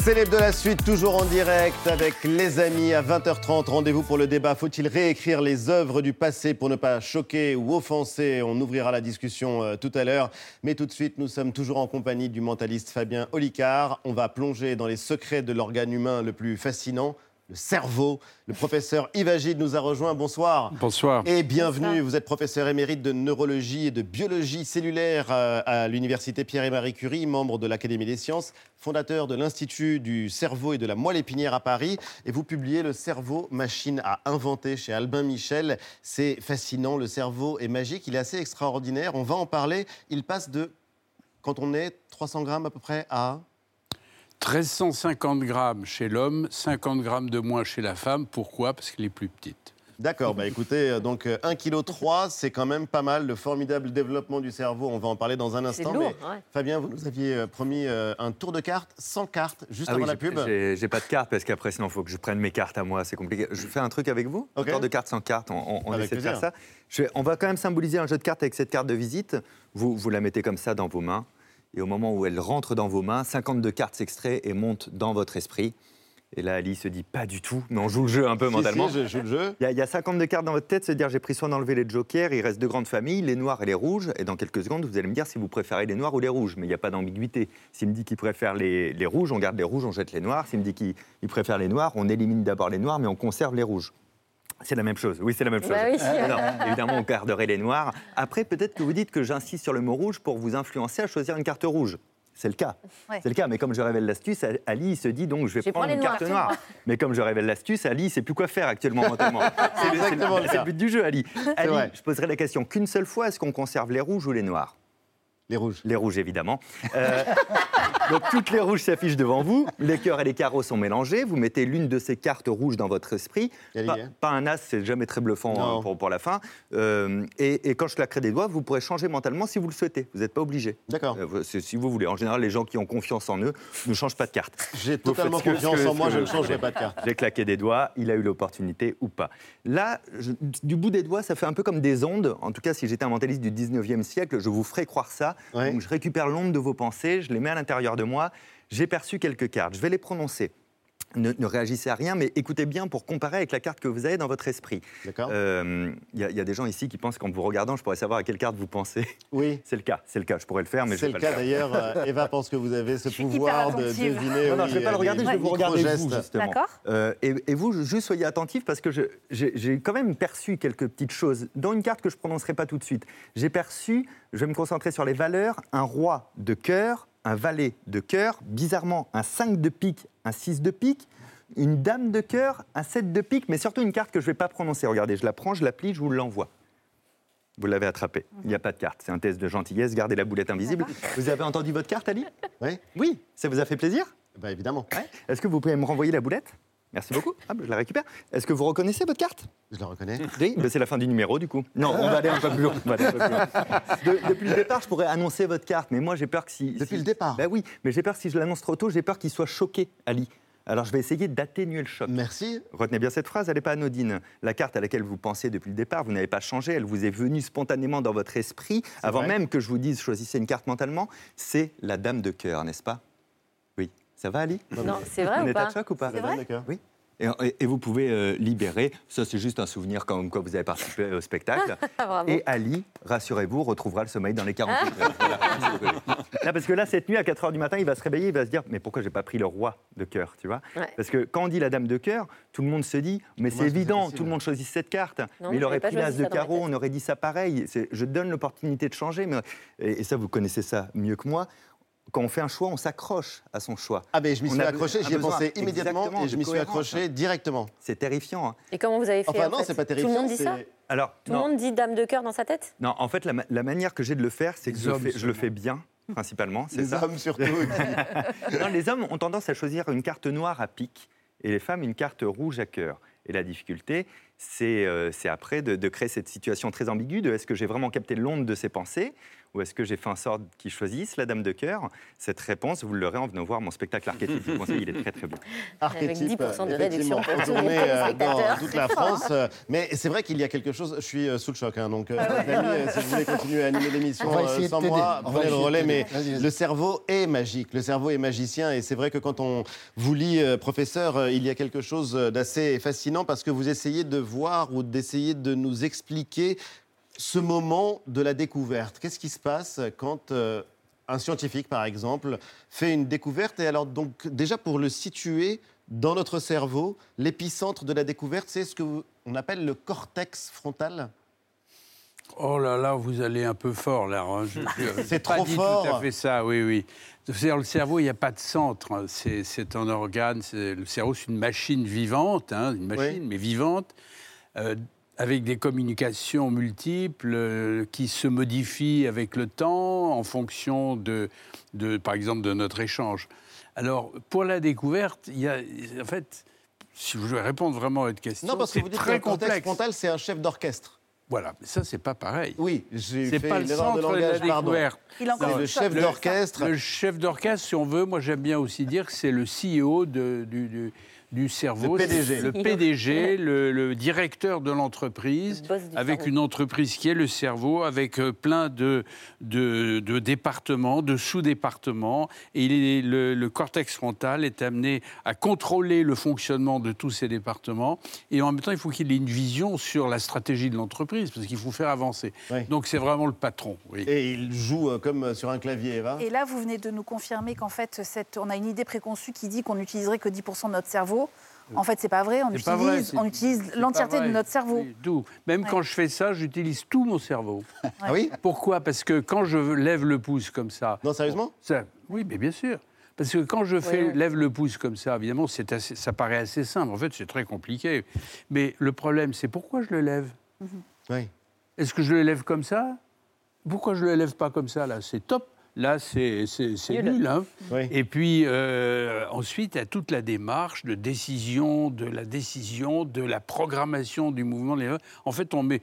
Célèbre de la suite, toujours en direct avec les amis à 20h30. Rendez-vous pour le débat. Faut-il réécrire les œuvres du passé pour ne pas choquer ou offenser? On ouvrira la discussion tout à l'heure. Mais tout de suite, nous sommes toujours en compagnie du mentaliste Fabien Olicard. On va plonger dans les secrets de l'organe humain le plus fascinant, le cerveau. Le professeur Yves Agide nous a rejoint. Bonsoir. Bonsoir. Et bienvenue. Bonsoir. Vous êtes professeur émérite de neurologie et de biologie cellulaire à l'université Pierre et Marie Curie, membre de l'Académie des sciences, fondateur de l'Institut du cerveau et de la moelle épinière à Paris. Et vous publiez Le cerveau, machine à inventer chez Albin Michel. C'est fascinant. Le cerveau est magique. Il est assez extraordinaire. On va en parler. Il passe de, quand on est 300 grammes à peu près, à... 1350 grammes chez l'homme, 50 grammes de moins chez la femme. Pourquoi? Parce qu'elle est plus petite. D'accord, écoutez, donc 1,3 kg, c'est quand même pas mal. Le formidable développement du cerveau, on va en parler dans un instant. C'est lourd, mais Fabien, vous nous aviez promis un tour de cartes sans cartes, juste avant la pub. J'ai pas de cartes, parce qu'après, sinon, il faut que je prenne mes cartes à moi, c'est compliqué. Je fais un truc avec vous, un tour de cartes sans cartes, on essaie de faire ça. On va quand même symboliser un jeu de cartes avec cette carte de visite. Vous la mettez comme ça dans vos mains. Et au moment où elle rentre dans vos mains, 52 cartes s'extraient et montent dans votre esprit. Et là, Ali se dit pas du tout, mais on joue le jeu un peu mentalement. Si, je joue le jeu. Il y a 52 cartes dans votre tête, se dire j'ai pris soin d'enlever les jokers, il reste deux grandes familles, les noirs et les rouges. Et dans quelques secondes, vous allez me dire si vous préférez les noirs ou les rouges. Mais il n'y a pas d'ambiguïté. S'il me dit qu'il préfère les rouges, on garde les rouges, on jette les noirs. S'il me dit qu'il préfère les noirs, on élimine d'abord les noirs, mais on conserve les rouges. C'est la même chose, oui, c'est la même chose. Bah oui. Non, évidemment, on garderait les noirs. Après, peut-être que vous dites que j'insiste sur le mot rouge pour vous influencer à choisir une carte rouge. C'est le cas. Ouais. C'est le cas, mais comme je révèle l'astuce, Ali se dit donc je vais prendre une carte noire. Mais comme je révèle l'astuce, Ali ne sait plus quoi faire actuellement mentalement. C'est le but du jeu, Ali. Ali, je poserai la question qu'une seule fois, est-ce qu'on conserve les rouges ou les noirs? Les rouges. Les rouges, évidemment. Donc, toutes les rouges s'affichent devant vous. Les cœurs et les carreaux sont mélangés. Vous mettez l'une de ces cartes rouges dans votre esprit. Pas un as, c'est jamais très bluffant pour la fin. Et quand je claquerai des doigts, vous pourrez changer mentalement si vous le souhaitez. Vous n'êtes pas obligé. D'accord. Si vous voulez. En général, les gens qui ont confiance en eux ne changent pas de carte. J'ai totalement confiance en moi, je ne changerai pas de carte. J'ai claqué des doigts, il a eu l'opportunité ou pas. Là, du bout des doigts, ça fait un peu comme des ondes. En tout cas, si j'étais un mentaliste du 19e siècle, je vous ferais croire ça. Ouais. Donc, je récupère l'onde de vos pensées, je les mets à l'intérieur de moi. J'ai perçu quelques cartes. Je vais les prononcer. Ne réagissez à rien, mais écoutez bien pour comparer avec la carte que vous avez dans votre esprit. D'accord. Y a des gens ici qui pensent qu'en vous regardant, je pourrais savoir à quelle carte vous pensez. Oui. C'est le cas. Je pourrais le faire, mais je c'est vais le pas cas le faire. d'ailleurs. Eva pense que vous avez ce pouvoir de deviner. Non, je ne vais pas le regarder, je vais vous regarder vous, justement. D'accord. Et vous, juste soyez attentifs parce que j'ai quand même perçu quelques petites choses. Dans une carte que je ne prononcerai pas tout de suite, j'ai perçu, je vais me concentrer sur les valeurs, un roi de cœur, un valet de cœur, bizarrement un 5 de pique, un 6 de pique, une dame de cœur, un 7 de pique, mais surtout une carte que je ne vais pas prononcer. Regardez, je la prends, je la plie, je vous l'envoie. Vous l'avez attrapée. Il n'y a pas de carte. C'est un test de gentillesse. Gardez la boulette invisible. Vous avez entendu votre carte, Ali? Oui. Oui. Ça vous a fait plaisir? Évidemment. Ouais. Est-ce que vous pouvez me renvoyer la boulette? Merci beaucoup. Je la récupère. Est-ce que vous reconnaissez votre carte? Je la reconnais. Oui, c'est la fin du numéro, du coup. Non, on va aller un peu plus loin. Depuis le départ, je pourrais annoncer votre carte, mais moi, j'ai peur que Depuis le départ? Oui, mais j'ai peur que si je l'annonce trop tôt, j'ai peur qu'il soit choqué, Ali. Alors, je vais essayer d'atténuer le choc. Merci. Retenez bien cette phrase, elle n'est pas anodine. La carte à laquelle vous pensez depuis le départ, vous n'avez pas changé, elle vous est venue spontanément dans votre esprit, avant même que je vous dise choisissez une carte mentalement. C'est la dame de cœur, n'est-ce pas? Oui. Ça va, Ali? Non, c'est vrai ou pas? En état de choc ou pas? C'est vrai? Oui. Et vous pouvez libérer. Ça, c'est juste un souvenir comme quoi vous avez participé au spectacle. Et Ali, rassurez-vous, retrouvera le sommeil dans les 48 heures. Voilà. Là, parce que là, cette nuit, à 4 h du matin, il va se réveiller, il va se dire mais pourquoi j'ai pas pris le roi de cœur, tu vois? Parce que quand on dit la dame de cœur, tout le monde se dit mais c'est évident, tout le monde choisit cette carte. Non, mais il aurait pris l'as de carreau, on on aurait dit ça pareil. Je donne l'opportunité de changer. Et ça, vous connaissez ça mieux que moi. Quand on fait un choix, on s'accroche à son choix. Je m'y suis accroché, j'y ai pensé immédiatement et je m'y suis accroché directement. C'est terrifiant. Hein. Et comment vous avez fait? Enfin non, c'est pas terrifiant. Tout le monde dit ça? Alors, tout le monde dit dame de cœur dans sa tête? Non, en fait, la manière que j'ai de le faire, c'est que je le fais bien, principalement. C'est ça. Les hommes surtout. Non, les hommes ont tendance à choisir une carte noire à pique et les femmes une carte rouge à cœur. Et la difficulté, c'est après de créer cette situation très ambiguë de est-ce que j'ai vraiment capté l'onde de ses pensées ou est-ce que j'ai fait en sorte qu'ils choisissent la dame de cœur? Cette réponse, vous l'aurez en venant voir mon spectacle archétype. Je vous conseille, il est très très bien. Archétype, Avec 10% de réduction pour tous les tourné dans téléspectateurs. toute la France. Mais c'est vrai qu'il y a quelque chose. Je suis sous le choc, donc Dany, si vous voulez continuer à animer l'émission On va essayer sans de t'aider. moi, On va prenez le essayer de relais. t'aider. Mais Vas-y. le cerveau est magique, le cerveau est magicien, et c'est vrai que quand on vous lit, professeur, il y a quelque chose d'assez fascinant parce que vous essayez de voir ou d'essayer de nous expliquer ce moment de la découverte. Qu'est-ce qui se passe quand un scientifique, par exemple, fait une découverte? Et alors, donc, déjà, pour le situer dans notre cerveau, l'épicentre de la découverte, c'est ce qu'on appelle le cortex frontal. Oh là là, vous allez un peu fort là. Hein. C'est pas trop dit fort. tout à fait ça, oui, oui. C'est-à-dire, le cerveau, il n'y a pas de centre. Hein. C'est un organe. Le cerveau, c'est une machine vivante, hein, une machine, Oui. mais vivante, avec des communications multiples qui se modifient avec le temps en fonction par exemple, de notre échange. Alors, pour la découverte, il y a, en fait, si je vais répondre vraiment à votre question, Non, parce que c'est vous dites que très le cortex complexe. frontal, c'est un chef d'orchestre. Voilà, mais ça, c'est pas pareil. Oui, j'ai C'est fait pas une le erreur de centre de la langage, pardon. découverte. Il a encore C'est une le chose. chef d'orchestre. Le chef d'orchestre, si on veut, moi j'aime bien aussi dire que c'est le CEO du cerveau. Le PDG. C'est le PDG, le directeur de l'entreprise, Le boss du avec cerveau. une entreprise qui est le cerveau, avec plein de départements, de sous-départements. Et le cortex frontal est amené à contrôler le fonctionnement de tous ces départements. Et en même temps, il faut qu'il ait une vision sur la stratégie de l'entreprise, parce qu'il faut faire avancer. Oui. Donc c'est vraiment le patron. Oui. Et il joue comme sur un clavier, Eva. Et là, vous venez de nous confirmer qu'en fait, on a une idée préconçue qui dit qu'on n'utiliserait que 10% de notre cerveau. En fait, c'est pas vrai. C'est pas vrai, On utilise c'est l'entièreté pas de vrai. notre cerveau. Oui, tout. Même Ouais. quand je fais ça, j'utilise tout mon cerveau. Ah oui? Pourquoi? Parce que quand je lève le pouce comme ça... Non, sérieusement? Oui, mais bien sûr. Parce que quand je lève le pouce comme ça, évidemment, ça paraît assez simple. En fait, c'est très compliqué. Mais le problème, c'est pourquoi je le lève? Oui. Est-ce que je le lève comme ça? Pourquoi je ne le lève pas comme ça? Là, c'est top. Là, c'est nul. Hein. Oui. Et puis, ensuite, il y a toute la démarche de décision, de la programmation du mouvement. En fait, on met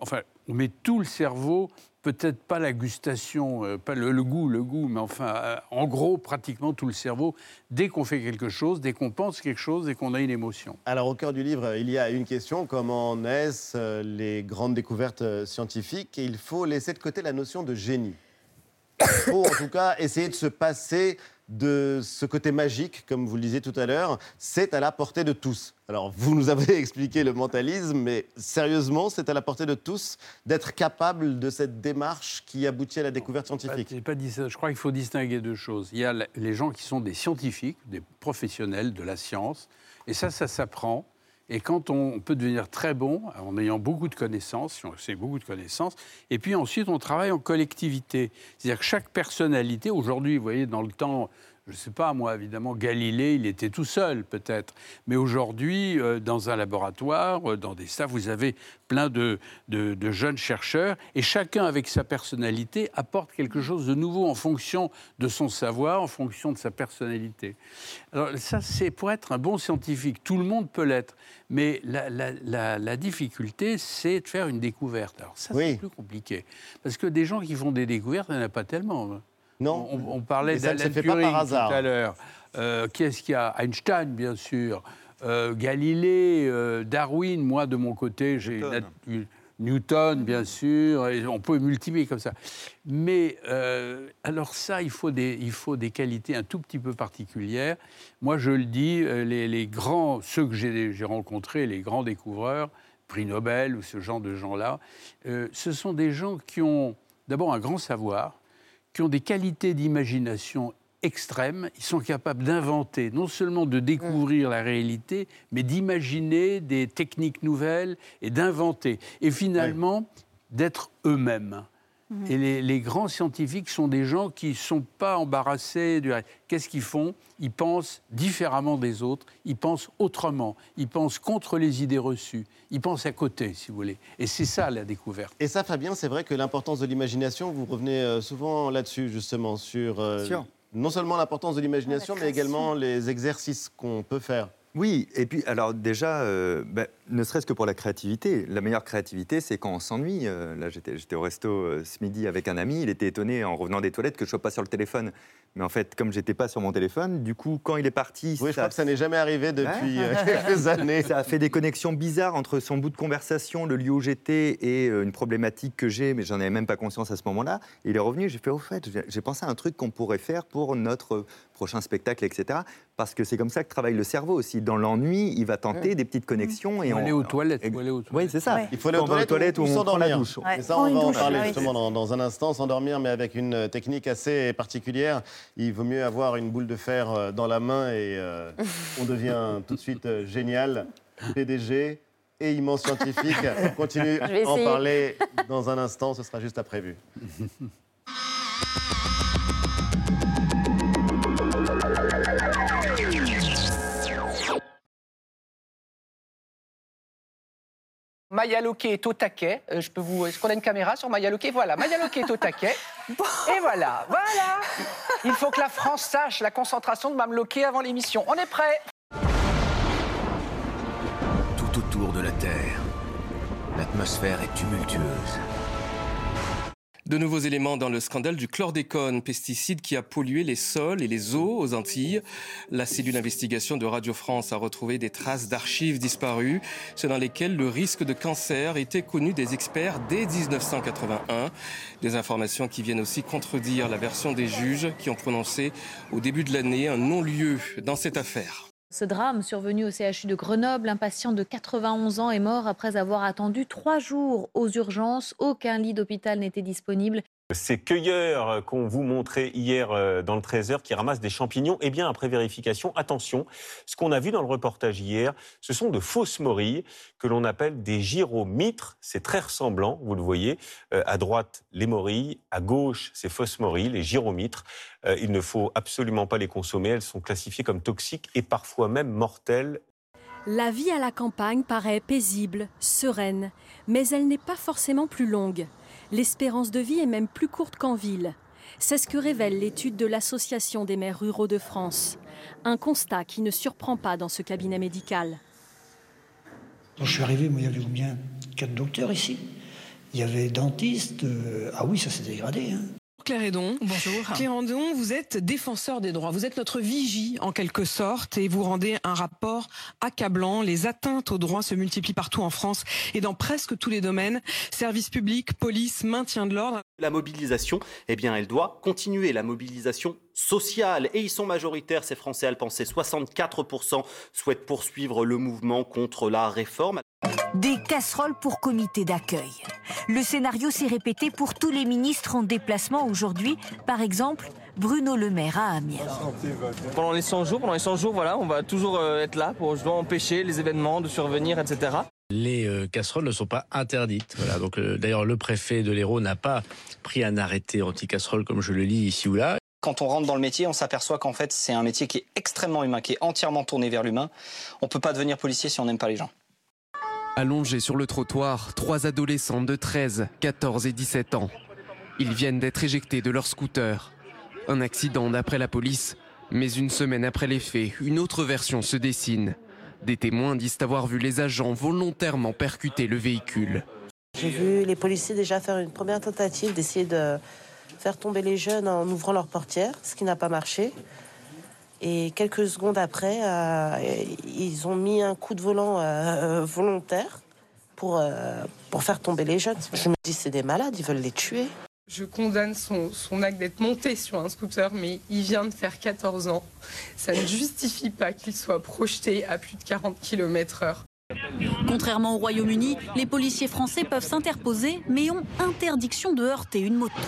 tout le cerveau, peut-être pas la gustation, pas le goût, mais enfin, en gros, pratiquement tout le cerveau, dès qu'on fait quelque chose, dès qu'on pense quelque chose, dès qu'on a une émotion. Alors, au cœur du livre, il y a une question. Comment naissent les grandes découvertes scientifiques? Et il faut laisser de côté la notion de génie. Il faut, en tout cas, essayer de se passer de ce côté magique, comme vous le disiez tout à l'heure. C'est à la portée de tous. Alors, vous nous avez expliqué le mentalisme, mais sérieusement, c'est à la portée de tous d'être capable de cette démarche qui aboutit à la découverte scientifique. Je n'ai pas dit ça. Je crois qu'il faut distinguer deux choses. Il y a les gens qui sont des scientifiques, des professionnels de la science, et ça s'apprend. Et quand on peut devenir très bon, en ayant beaucoup de connaissances, si on sait beaucoup de connaissances, et puis ensuite on travaille en collectivité. C'est-à-dire que chaque personnalité, aujourd'hui, vous voyez, dans le temps, je ne sais pas, moi, évidemment, Galilée, il était tout seul, peut-être. Mais aujourd'hui, dans un laboratoire, dans des staffs, vous avez plein de jeunes chercheurs, et chacun, avec sa personnalité, apporte quelque chose de nouveau en fonction de son savoir, en fonction de sa personnalité. Alors ça, c'est pour être un bon scientifique. Tout le monde peut l'être. Mais la difficulté, c'est de faire une découverte. Alors ça, Oui. c'est plus compliqué. Parce que des gens qui font des découvertes, il n'y en a pas tellement. Non. On parlait Et ça ne se d'Alan fait pas Turing par hasard. tout à l'heure. Qui est-ce qu'il y a? Einstein, bien sûr. Galilée, Darwin, moi, de mon côté, j'ai Newton, bien sûr. Et on peut multiplier comme ça. Mais alors ça, il faut des qualités un tout petit peu particulières. Moi, je le dis, les grands, ceux que j'ai rencontrés, les grands découvreurs, prix Nobel ou ce genre de gens-là, ce sont des gens qui ont d'abord un grand savoir, qui ont des qualités d'imagination extrêmes. Ils sont capables d'inventer, non seulement de découvrir la réalité, mais d'imaginer des techniques nouvelles et d'inventer. Et finalement, d'être eux-mêmes. Et les grands scientifiques sont des gens qui ne sont pas embarrassés. Qu'est-ce qu'ils font? Ils pensent différemment des autres, ils pensent autrement, ils pensent contre les idées reçues, ils pensent à côté, si vous voulez. Et c'est ça, la découverte. Et ça, Fabien, c'est vrai que l'importance de l'imagination, vous revenez souvent là-dessus, justement, sur non seulement l'importance de l'imagination, mais également les exercices qu'on peut faire. Oui, et puis alors déjà, Ne serait-ce que pour la créativité. La meilleure créativité, c'est quand on s'ennuie. Là, j'étais au resto ce midi avec un ami. Il était étonné en revenant des toilettes que je ne sois pas sur le téléphone. Mais en fait, comme je n'étais pas sur mon téléphone, du coup, quand il est parti... Oui, je crois que ça n'est jamais arrivé depuis quelques années. Ça a fait des connexions bizarres entre son bout de conversation, le lieu où j'étais et une problématique que j'ai, mais j'en avais même pas conscience à ce moment-là. Il est revenu, j'ai fait, au fait, j'ai pensé à un truc qu'on pourrait faire pour notre prochain spectacle, etc. Parce que c'est comme ça que travaille le cerveau aussi. Dans l'ennui, il va tenter des petites connexions. Et aller aux toilettes. Oui, c'est ça. Ouais. Il faut aller aux toilettes ou on prend la douche. Et ça, on va en parler justement dans un instant. S'endormir, mais avec une technique assez particulière. Il vaut mieux avoir une boule de fer dans la main et on devient tout de suite génial, PDG et immense scientifique. On continue à en parler dans un instant, ce sera juste après vue. Maya Loquet est au taquet. Est-ce qu'on a une caméra sur Maya Loquet? Voilà, Maya Loquet est au taquet. Et voilà. Il faut que la France sache la concentration de Mme Loquet avant l'émission. On est prêt? Tout autour de la Terre, l'atmosphère est tumultueuse. De nouveaux éléments dans le scandale du chlordécone, pesticide qui a pollué les sols et les eaux aux Antilles. La cellule d'investigation de Radio France a retrouvé des traces d'archives disparues, ceux dans lesquelles le risque de cancer était connu des experts dès 1981. Des informations qui viennent aussi contredire la version des juges qui ont prononcé au début de l'année un non-lieu dans cette affaire. Ce drame survenu au CHU de Grenoble, un patient de 91 ans est mort après avoir attendu 3 jours aux urgences. Aucun lit d'hôpital n'était disponible. Ces cueilleurs qu'on vous montrait hier dans le 13h qui ramassent des champignons, eh bien après vérification, attention, ce qu'on a vu dans le reportage hier, ce sont de fausses morilles que l'on appelle des gyromitres. C'est très ressemblant, vous le voyez. À droite, les morilles, à gauche, ces fausses morilles, les gyromitres. Il ne faut absolument pas les consommer, elles sont classifiées comme toxiques et parfois même mortelles. La vie à la campagne paraît paisible, sereine, mais elle n'est pas forcément plus longue. L'espérance de vie est même plus courte qu'en ville. C'est ce que révèle l'étude de l'Association des maires ruraux de France. Un constat qui ne surprend pas dans ce cabinet médical. Quand je suis arrivé, il y avait combien 4 docteurs ici. Il y avait dentistes. Ah oui, ça s'est dégradé. Claire Hédon. Bonjour. Claire Hédon, vous êtes défenseur des droits. Vous êtes notre vigie, en quelque sorte, et vous rendez un rapport accablant. Les atteintes aux droits se multiplient partout en France et dans presque tous les domaines. Services publics, police, maintien de l'ordre. La mobilisation, eh bien, elle doit continuer. La mobilisation sociale. Et ils sont majoritaires, ces Français à le penser. 64% souhaitent poursuivre le mouvement contre la réforme. Des casseroles pour comité d'accueil. Le scénario s'est répété pour tous les ministres en déplacement aujourd'hui. Par exemple, Bruno Le Maire à Amiens. Pendant les 100 jours, voilà, on va toujours être là pour justement empêcher les événements de survenir, etc. Les casseroles ne sont pas interdites. Voilà, donc, d'ailleurs, le préfet de l'Hérault n'a pas pris un arrêté anti-casserole comme je le lis ici ou là. Quand on rentre dans le métier, on s'aperçoit qu'en fait, c'est un métier qui est extrêmement humain, qui est entièrement tourné vers l'humain. On ne peut pas devenir policier si on n'aime pas les gens. Allongés sur le trottoir, 3 adolescents de 13, 14 et 17 ans. Ils viennent d'être éjectés de leur scooter. Un accident d'après la police, mais une semaine après les faits, une autre version se dessine. Des témoins disent avoir vu les agents volontairement percuter le véhicule. J'ai vu les policiers déjà faire une première tentative d'essayer de faire tomber les jeunes en ouvrant leur portière, ce qui n'a pas marché. Et quelques secondes après, ils ont mis un coup de volant volontaire pour faire tomber les jeunes. Je me dis, c'est des malades, ils veulent les tuer. Je condamne son acte d'être monté sur un scooter, mais il vient de faire 14 ans. Ça ne justifie pas qu'il soit projeté à plus de 40 km/h. Contrairement au Royaume-Uni, les policiers français peuvent s'interposer, mais ont interdiction de heurter une moto.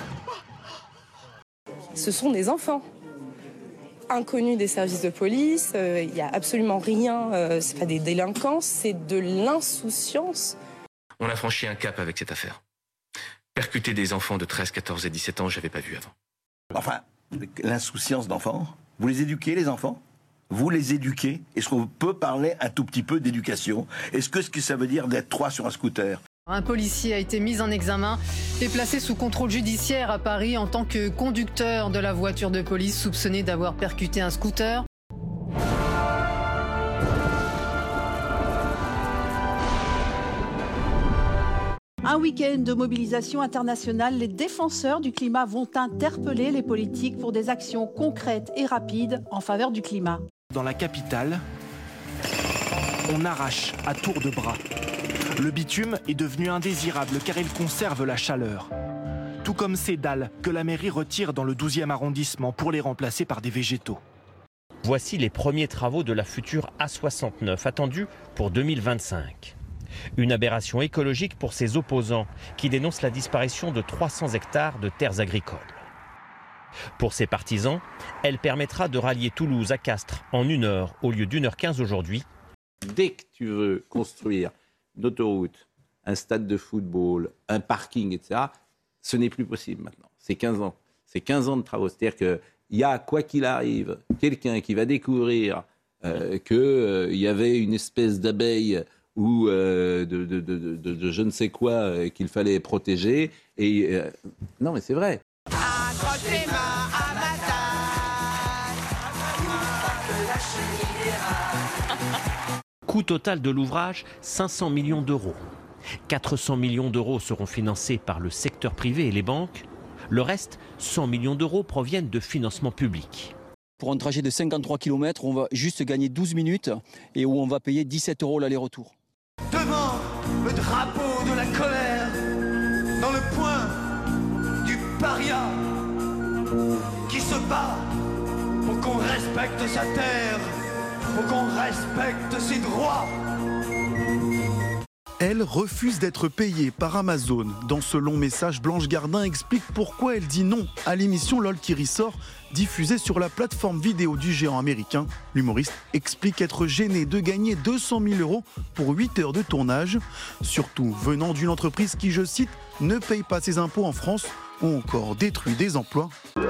Ce sont des enfants. Inconnus des services de police, il n'y a absolument rien, c'est pas des délinquants, c'est de l'insouciance. On a franchi un cap avec cette affaire. Percuter des enfants de 13, 14 et 17 ans, je n'avais pas vu avant. Enfin, l'insouciance d'enfants, vous les éduquez les enfants ? Vous les éduquez ? Est-ce qu'on peut parler un tout petit peu d'éducation ? Est-ce que ça veut dire d'être 3 sur un scooter ? Un policier a été mis en examen et placé sous contrôle judiciaire à Paris en tant que conducteur de la voiture de police soupçonné d'avoir percuté un scooter. Un week-end de mobilisation internationale, les défenseurs du climat vont interpeller les politiques pour des actions concrètes et rapides en faveur du climat. Dans la capitale, on arrache à tour de bras. Le bitume est devenu indésirable car il conserve la chaleur. Tout comme ces dalles que la mairie retire dans le 12e arrondissement pour les remplacer par des végétaux. Voici les premiers travaux de la future A69, attendus pour 2025. Une aberration écologique pour ses opposants, qui dénoncent la disparition de 300 hectares de terres agricoles. Pour ses partisans, elle permettra de rallier Toulouse à Castres en 1 heure au lieu d'1h15 aujourd'hui. Dès que tu veux construire une autoroute, un stade de football, un parking, etc., ce n'est plus possible maintenant. C'est 15 ans. C'est 15 ans de travaux. C'est-à-dire qu'il y a, quoi qu'il arrive, quelqu'un qui va découvrir qu'il y avait une espèce d'abeille ou de je ne sais quoi qu'il fallait protéger. Et non, mais c'est vrai. Coût total de l'ouvrage, 500 millions d'euros. 400 millions d'euros seront financés par le secteur privé et les banques. Le reste, 100 millions d'euros, proviennent de financements publics. Pour un trajet de 53 km, on va juste gagner 12 minutes et où on va payer 17 € l'aller-retour. Devant le drapeau de la colère, dans le point du paria qui se bat pour qu'on respecte sa terre, pour qu'on respecte ses droits. Elle refuse d'être payée par Amazon. Dans ce long message, Blanche Gardin explique pourquoi elle dit non à l'émission LOL qui ressort, diffusée sur la plateforme vidéo du géant américain. L'humoriste explique être gênée de gagner 200 000 € pour 8 heures de tournage, surtout venant d'une entreprise qui, je cite, ne paye pas ses impôts en France ou encore détruit des emplois.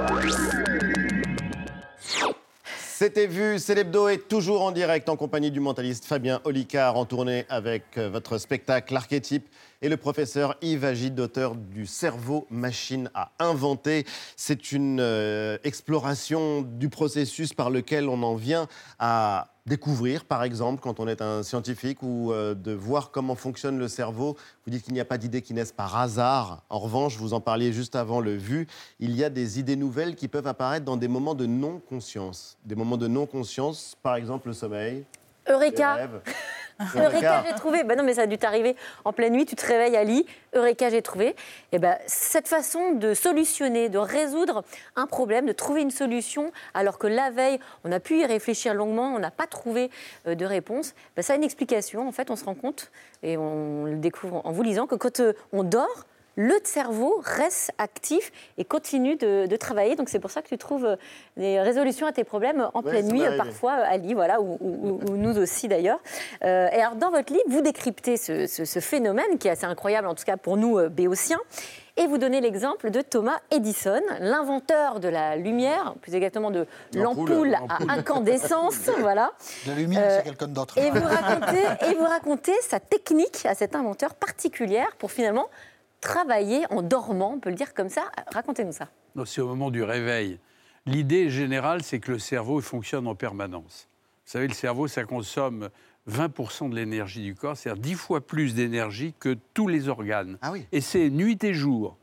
C'était vu, c'est l'hebdo est toujours en direct en compagnie du mentaliste Fabien Olicard en tournée avec votre spectacle Archétype et le professeur Yves Agide, auteur du Cerveau Machine à inventer. C'est une exploration du processus par lequel on en vient à découvrir, par exemple, quand on est un scientifique, ou de voir comment fonctionne le cerveau. Vous dites qu'il n'y a pas d'idées qui naissent par hasard. En revanche, vous en parliez juste avant le vu, il y a des idées nouvelles qui peuvent apparaître dans des moments de non-conscience. Des moments de non-conscience, par exemple le sommeil. Eureka. Eureka, j'ai trouvé. Non, mais ça a dû t'arriver en pleine nuit, tu te réveilles à lit. Eureka, j'ai trouvé. Et cette façon de solutionner, de résoudre un problème, de trouver une solution, alors que la veille, on a pu y réfléchir longuement, on n'a pas trouvé de réponse, ça a une explication. En fait, on se rend compte, et on le découvre en vous lisant, que quand on dort, le cerveau reste actif et continue de travailler. Donc c'est pour ça que tu trouves des résolutions à tes problèmes en pleine nuit, parfois à lit, voilà, ou nous aussi d'ailleurs. Et alors dans votre livre, vous décryptez ce phénomène qui est assez incroyable, en tout cas pour nous béotiens, et vous donnez l'exemple de Thomas Edison, l'inventeur de la lumière, plus exactement de l'ampoule à incandescence. Voilà. La lumière, c'est quelqu'un d'autre. Et vous racontez sa technique à cet inventeur particulière pour finalement travailler en dormant, on peut le dire comme ça. Racontez-nous ça. C'est au moment du réveil. L'idée générale, c'est que le cerveau fonctionne en permanence. Vous savez, le cerveau, ça consomme 20% de l'énergie du corps, c'est-à-dire 10 fois plus d'énergie que tous les organes. Ah oui. Et c'est nuit et jour.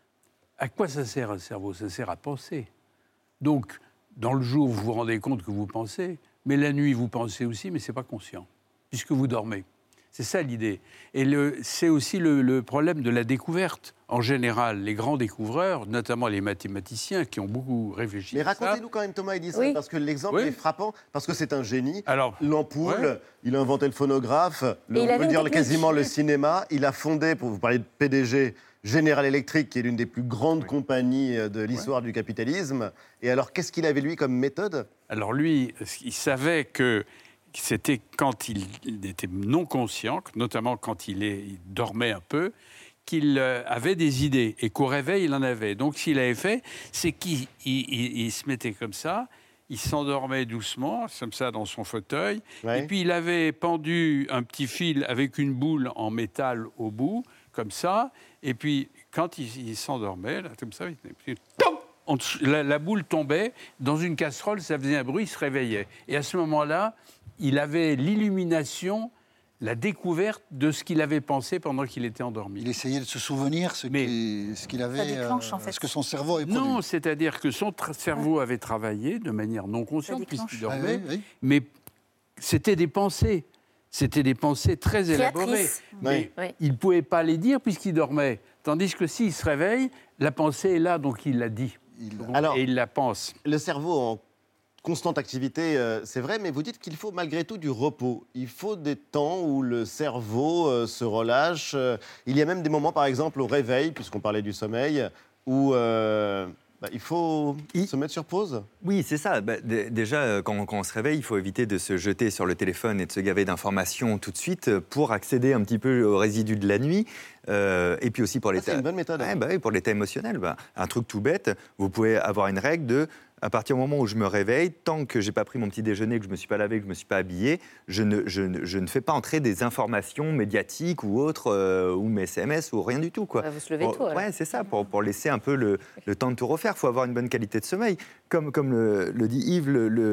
À quoi ça sert un cerveau? Ça sert à penser. Donc, dans le jour, vous vous rendez compte que vous pensez, mais la nuit, vous pensez aussi, mais ce n'est pas conscient, puisque vous dormez. C'est ça l'idée. Et c'est aussi le problème de la découverte. En général, les grands découvreurs, notamment les mathématiciens qui ont beaucoup réfléchi à ça... Mais racontez-nous quand même Thomas Edison, parce que l'exemple est frappant, parce que c'est un génie. Alors, l'ampoule, il a inventé le phonographe, on peut dire quasiment le cinéma. Il a fondé, pour vous parler de PDG, General Electric, qui est l'une des plus grandes compagnies de l'histoire du capitalisme. Et alors, qu'est-ce qu'il avait, lui, comme méthode? Alors lui, il savait que c'était quand il était non conscient, notamment quand il dormait un peu, qu'il avait des idées et qu'au réveil, il en avait. Donc, ce qu'il avait fait, c'est qu'il se mettait comme ça, il s'endormait doucement, comme ça, dans son fauteuil, et puis il avait pendu un petit fil avec une boule en métal au bout, comme ça, et puis quand il s'endormait, là, comme ça, la boule tombait dans une casserole, ça faisait un bruit, il se réveillait. Et à ce moment-là, il avait l'illumination la découverte de ce qu'il avait pensé pendant qu'il était endormi. Il essayait de se souvenir ce qu'il avait, Ça déclenche, en fait. ce que son cerveau avait produit. Non, c'est-à-dire que son cerveau avait travaillé de manière non consciente puisqu'il dormait, oui. mais c'était des pensées. C'était des pensées très élaborées. Mais il ne pouvait pas les dire puisqu'il dormait. Tandis que s'il se réveille, la pensée est là, donc il la dit. Et il la pense. Le cerveau en constante activité, c'est vrai, mais vous dites qu'il faut malgré tout du repos. Il faut des temps où le cerveau se relâche. Il y a même des moments, par exemple, au réveil, puisqu'on parlait du sommeil, où il faut se mettre sur pause. Oui, c'est ça. Déjà, quand on se réveille, il faut éviter de se jeter sur le téléphone et de se gaver d'informations tout de suite pour accéder un petit peu aux résidus de la nuit. Et puis aussi pour l'état... C'est une bonne méthode. Oui, pour l'état émotionnel. Un truc tout bête, vous pouvez avoir une règle de... À partir du moment où je me réveille, tant que je n'ai pas pris mon petit déjeuner, que je ne me suis pas lavé, que je ne me suis pas habillé, je ne fais pas entrer des informations médiatiques ou autres, ou mes SMS, ou rien du tout. Quoi. Vous se levez tôt. Oui, c'est ça, pour laisser un peu le temps de tout refaire. Il faut avoir une bonne qualité de sommeil. Comme le dit Yves,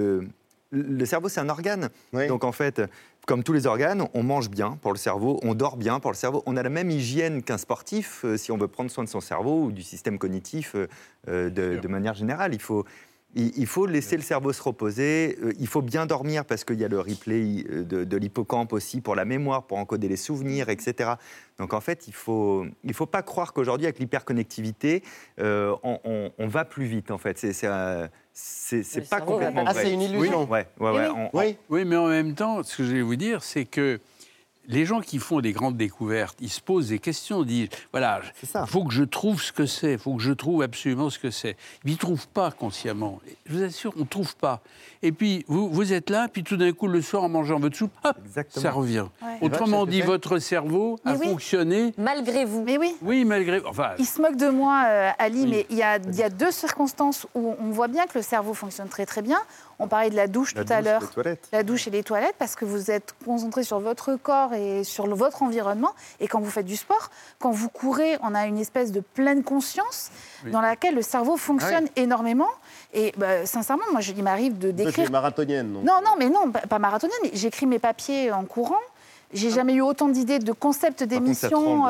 le cerveau, c'est un organe. Oui. Donc en fait, comme tous les organes, on mange bien pour le cerveau, on dort bien pour le cerveau. On a la même hygiène qu'un sportif si on veut prendre soin de son cerveau ou du système cognitif de manière générale. Il faut laisser le cerveau se reposer, il faut bien dormir parce qu'il y a le replay de l'hippocampe aussi pour la mémoire, pour encoder les souvenirs, etc. Donc en fait, il faut pas croire qu'aujourd'hui, avec l'hyperconnectivité, on va plus vite en fait. C'est pas complètement vrai. C'est une illusion. Oui, mais en même temps, ce que je vais vous dire, c'est que les gens qui font des grandes découvertes, ils se posent des questions, ils disent, voilà, il faut que je trouve ce que c'est, il faut que je trouve absolument ce que c'est. Ils ne trouvent pas consciemment. Je vous assure, on ne trouve pas. Et puis, vous êtes là, puis tout d'un coup, le soir, en mangeant votre soupe, hop, ça revient. Ouais. Autrement dit, votre cerveau a fonctionné... Malgré vous. Mais oui. Oui, malgré vous. Enfin, il se moque de moi, Ali, mais il y a deux circonstances où on voit bien que le cerveau fonctionne très très bien. On parlait de la douche tout à l'heure. La douche et les toilettes, parce que vous êtes concentré sur votre corps et sur votre environnement. Et quand vous faites du sport, quand vous courez, on a une espèce de pleine conscience dans laquelle le cerveau fonctionne énormément. Et sincèrement, moi, il m'arrive de d'écrire... Vous êtes marathonienne, non ? Non, pas marathonienne, mais j'écris mes papiers en courant. J'ai jamais eu autant d'idées de concepts d'émissions.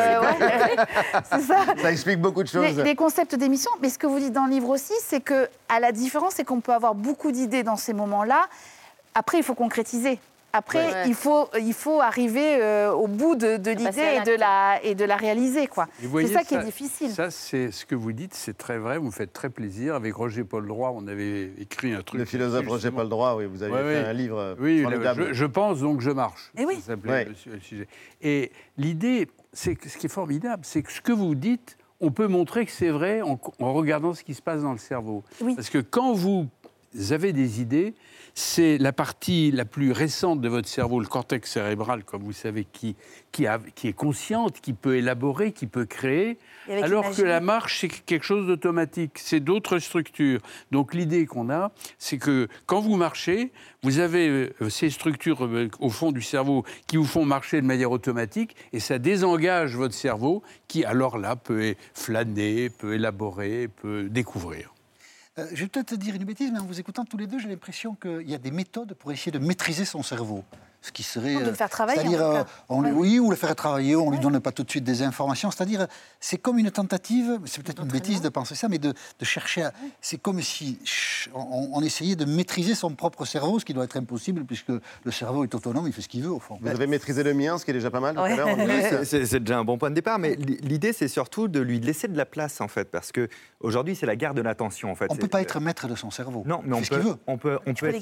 C'est ça. Ça explique beaucoup de choses. Des concepts d'émissions. Mais ce que vous dites dans le livre aussi, c'est que, à la différence, c'est qu'on peut avoir beaucoup d'idées dans ces moments-là. Après, il faut concrétiser. Après, il faut arriver au bout de l'idée et de la réaliser, quoi. C'est ça qui est difficile. Ça, c'est ce que vous dites, c'est très vrai. Vous me faites très plaisir. Avec Roger-Paul Droit, on avait écrit un truc. Le philosophe Roger-Paul Droit, oui, vous avez fait un livre. Oui, je pense donc je marche. Et oui. Ça s'appelait le sujet. Et l'idée, c'est ce qui est formidable, c'est que ce que vous dites, on peut montrer que c'est vrai en regardant ce qui se passe dans le cerveau. Oui. Parce que quand vous avez des idées, c'est la partie la plus récente de votre cerveau, le cortex cérébral, comme vous savez, qui est consciente, qui peut élaborer, qui peut créer, alors que la marche, c'est quelque chose d'automatique, c'est d'autres structures. Donc l'idée qu'on a, c'est que quand vous marchez, vous avez ces structures au fond du cerveau qui vous font marcher de manière automatique, et ça désengage votre cerveau qui, alors là, peut flâner, peut élaborer, peut découvrir. Je vais peut-être dire une bêtise, mais en vous écoutant tous les deux, j'ai l'impression qu'il y a des méthodes pour essayer de maîtriser son cerveau. Ce qui serait... de le faire travailler, c'est-à-dire, oui, ou le faire travailler, on ne lui donne pas tout de suite des informations. C'est-à-dire, c'est comme une tentative, c'est peut-être une bêtise de penser ça, mais de chercher à... C'est comme si on essayait de maîtriser son propre cerveau, ce qui doit être impossible, puisque le cerveau est autonome, il fait ce qu'il veut, au fond. Vous avez maîtrisé le mien, ce qui est déjà pas mal, tout à l'heure. C'est déjà un bon point de départ, mais l'idée, c'est surtout de lui laisser de la place, en fait, parce qu'aujourd'hui, c'est la guerre de l'attention, en fait. On ne peut pas être maître de son cerveau. Non, mais on peut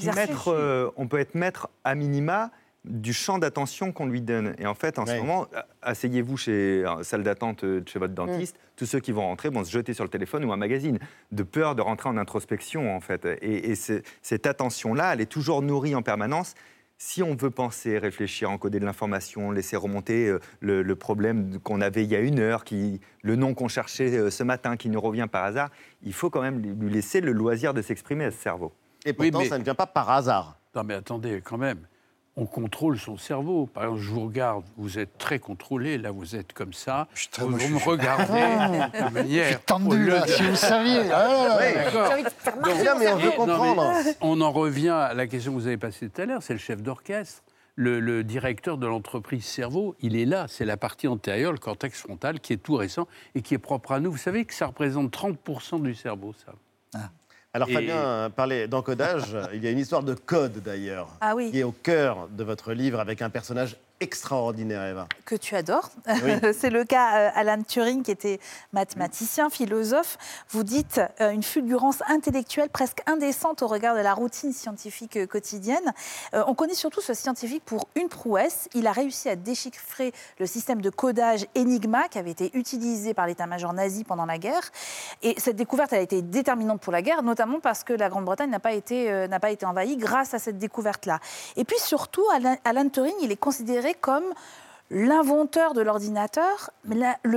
être maître à minima du champ d'attention qu'on lui donne. Et en fait, en ce moment, asseyez-vous chez la salle d'attente chez votre dentiste, tous ceux qui vont rentrer vont se jeter sur le téléphone ou un magazine, de peur de rentrer en introspection, en fait. Et cette attention-là, elle est toujours nourrie en permanence. Si on veut penser, réfléchir, encoder de l'information, laisser remonter le problème qu'on avait il y a une heure, le nom qu'on cherchait ce matin, qui nous revient par hasard, il faut quand même lui laisser le loisir de s'exprimer à ce cerveau. Et pourtant, ça ne vient pas par hasard. Non, mais attendez, quand même. On contrôle son cerveau. Par exemple, je vous regarde, vous êtes très contrôlé, là vous êtes comme ça, vous me regardez de manière... Je suis tendu, là, si vous saviez. D'accord. Mais on veut comprendre. On en revient à la question que vous avez passée tout à l'heure, c'est le chef d'orchestre. le directeur de l'entreprise cerveau, il est là. C'est la partie antérieure, le cortex frontal, qui est tout récent et qui est propre à nous. Vous savez que ça représente 30% du cerveau, ça. Alors Fabien parlait d'encodage, il y a une histoire de code d'ailleurs, qui est au cœur de votre livre avec un personnage extraordinaire, Eva. Que tu adores. Oui. C'est le cas Alan Turing, qui était mathématicien, philosophe. Vous dites une fulgurance intellectuelle presque indécente au regard de la routine scientifique quotidienne. On connaît surtout ce scientifique pour une prouesse. Il a réussi à déchiffrer le système de codage Enigma qui avait été utilisé par l'état-major nazi pendant la guerre. Et cette découverte a été déterminante pour la guerre, notamment parce que la Grande-Bretagne n'a pas été envahie grâce à cette découverte-là. Et puis surtout, Alan Turing, il est considéré comme l'inventeur de l'ordinateur, mais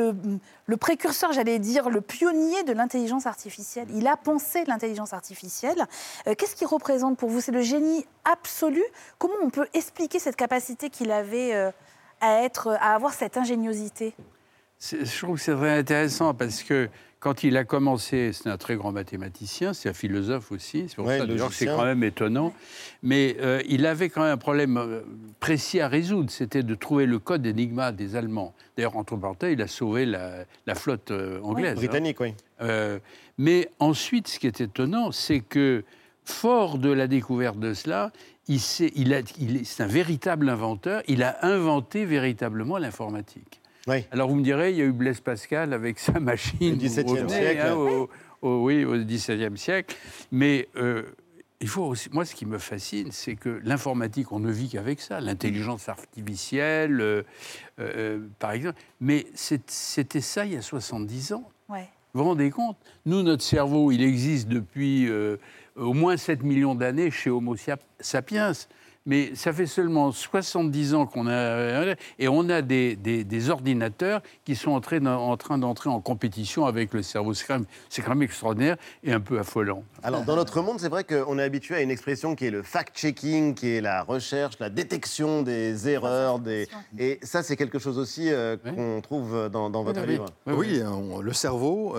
le précurseur, j'allais dire, le pionnier de l'intelligence artificielle. Il a pensé l'intelligence artificielle. Qu'est-ce qu'il représente pour vous? C'est le génie absolu. Comment on peut expliquer cette capacité qu'il avait à avoir cette ingéniosité? Je trouve que c'est très intéressant parce que quand il a commencé, c'est un très grand mathématicien, c'est un philosophe aussi, c'est pour ça d'ailleurs que c'est quand même étonnant, mais il avait quand même un problème précis à résoudre, c'était de trouver le code Enigma des Allemands. D'ailleurs, entre parenthèses, il a sauvé la flotte anglaise. Britannique, oui. Mais ensuite, ce qui est étonnant, c'est que, fort de la découverte de cela, c'est un véritable inventeur, il a inventé véritablement l'informatique. Oui. Alors vous me direz, il y a eu Blaise Pascal avec sa machine. Au XVIIe siècle. Au XVIIe siècle. Mais il faut aussi, moi, ce qui me fascine, c'est que l'informatique, on ne vit qu'avec ça. L'intelligence artificielle, par exemple. Mais c'était ça il y a 70 ans. Ouais. Vous vous rendez compte? Nous, notre cerveau, il existe depuis au moins 7 millions d'années chez Homo sapiens. Mais ça fait seulement 70 ans qu'on a... Et on a des ordinateurs qui sont en train d'entrer en compétition avec le cerveau. C'est quand même extraordinaire et un peu affolant. Alors, dans notre monde, c'est vrai qu'on est habitué à une expression qui est le fact-checking, qui est la recherche, la détection des erreurs. Et ça, c'est quelque chose aussi qu'on trouve dans votre livre. Oui, le cerveau,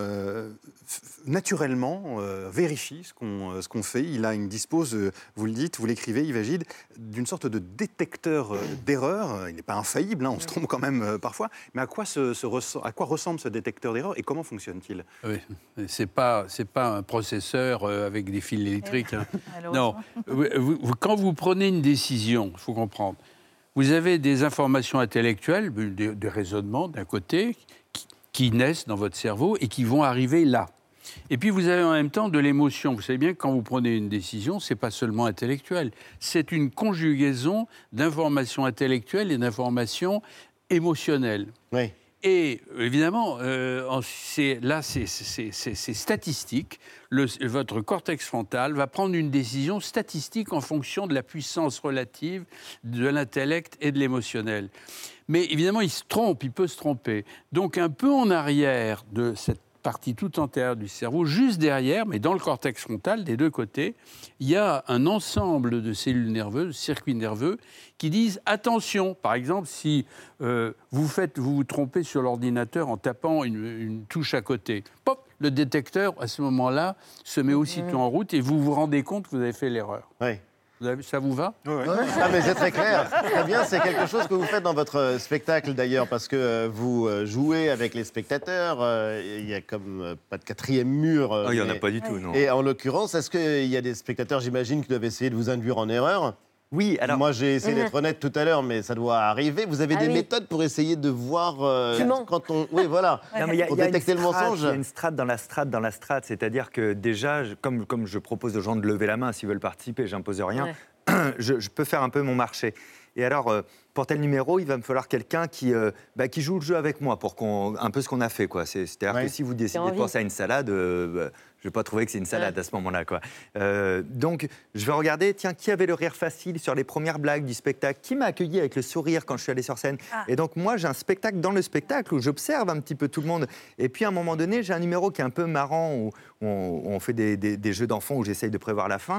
naturellement, vérifie ce qu'on fait. Il dispose, vous le dites, vous l'écrivez, Yves Agide, d'une sorte de détecteur d'erreurs. Il n'est pas infaillible, on se trompe quand même parfois. Mais à quoi ressemble ce détecteur d'erreurs et comment fonctionne-t-il? Oui, c'est pas un processeur avec des fils électriques. Hein. Non, quand vous prenez une décision, il faut comprendre, vous avez des informations intellectuelles, des raisonnements d'un côté, qui naissent dans votre cerveau et qui vont arriver là. Et puis vous avez en même temps de l'émotion. Vous savez bien que quand vous prenez une décision, ce n'est pas seulement intellectuel. C'est une conjugaison d'informations intellectuelles et d'informations émotionnelles. Oui. Et évidemment, c'est statistique. Votre cortex frontal va prendre une décision statistique en fonction de la puissance relative de l'intellect et de l'émotionnel. Mais évidemment, il peut se tromper. Donc un peu en arrière de cette partie tout antérieure du cerveau, juste derrière, mais dans le cortex frontal, des deux côtés, il y a un ensemble de cellules nerveuses, de circuits nerveux, qui disent « attention ». Par exemple, si vous vous trompez sur l'ordinateur en tapant une touche à côté, pop, le détecteur, à ce moment-là, se met aussitôt en route et vous vous rendez compte que vous avez fait l'erreur. Oui. Ça vous va? Oui. Ah, mais c'est très clair. Très bien, c'est quelque chose que vous faites dans votre spectacle d'ailleurs, parce que vous jouez avec les spectateurs. Il n'y a comme pas de quatrième mur. Il n'y en a pas du tout, non. Et en l'occurrence, est-ce qu'il y a des spectateurs, j'imagine, qui doivent essayer de vous induire en erreur? Oui, alors... Moi, j'ai essayé d'être honnête tout à l'heure, mais ça doit arriver. Vous avez des méthodes pour essayer de voir quand on... Oui, voilà. Pour détecter le mensonge. Il y a une strate dans la strate. C'est-à-dire que déjà, comme je propose aux gens de lever la main s'ils veulent participer, j'impose rien, je peux faire un peu mon marché. Et alors, pour tel numéro, il va me falloir quelqu'un qui joue le jeu avec moi, pour un peu ce qu'on a fait, quoi. C'est-à-dire que si vous décidez de penser à une salade, je ne vais pas trouver que c'est une salade à ce moment-là, quoi. Donc, je vais regarder, tiens, qui avait le rire facile sur les premières blagues du spectacle? Qui m'a accueilli avec le sourire quand je suis allé sur scène? Et donc, moi, j'ai un spectacle dans le spectacle où j'observe un petit peu tout le monde. Et puis, à un moment donné, j'ai un numéro qui est un peu marrant, où on fait des jeux d'enfants, où j'essaye de prévoir la fin.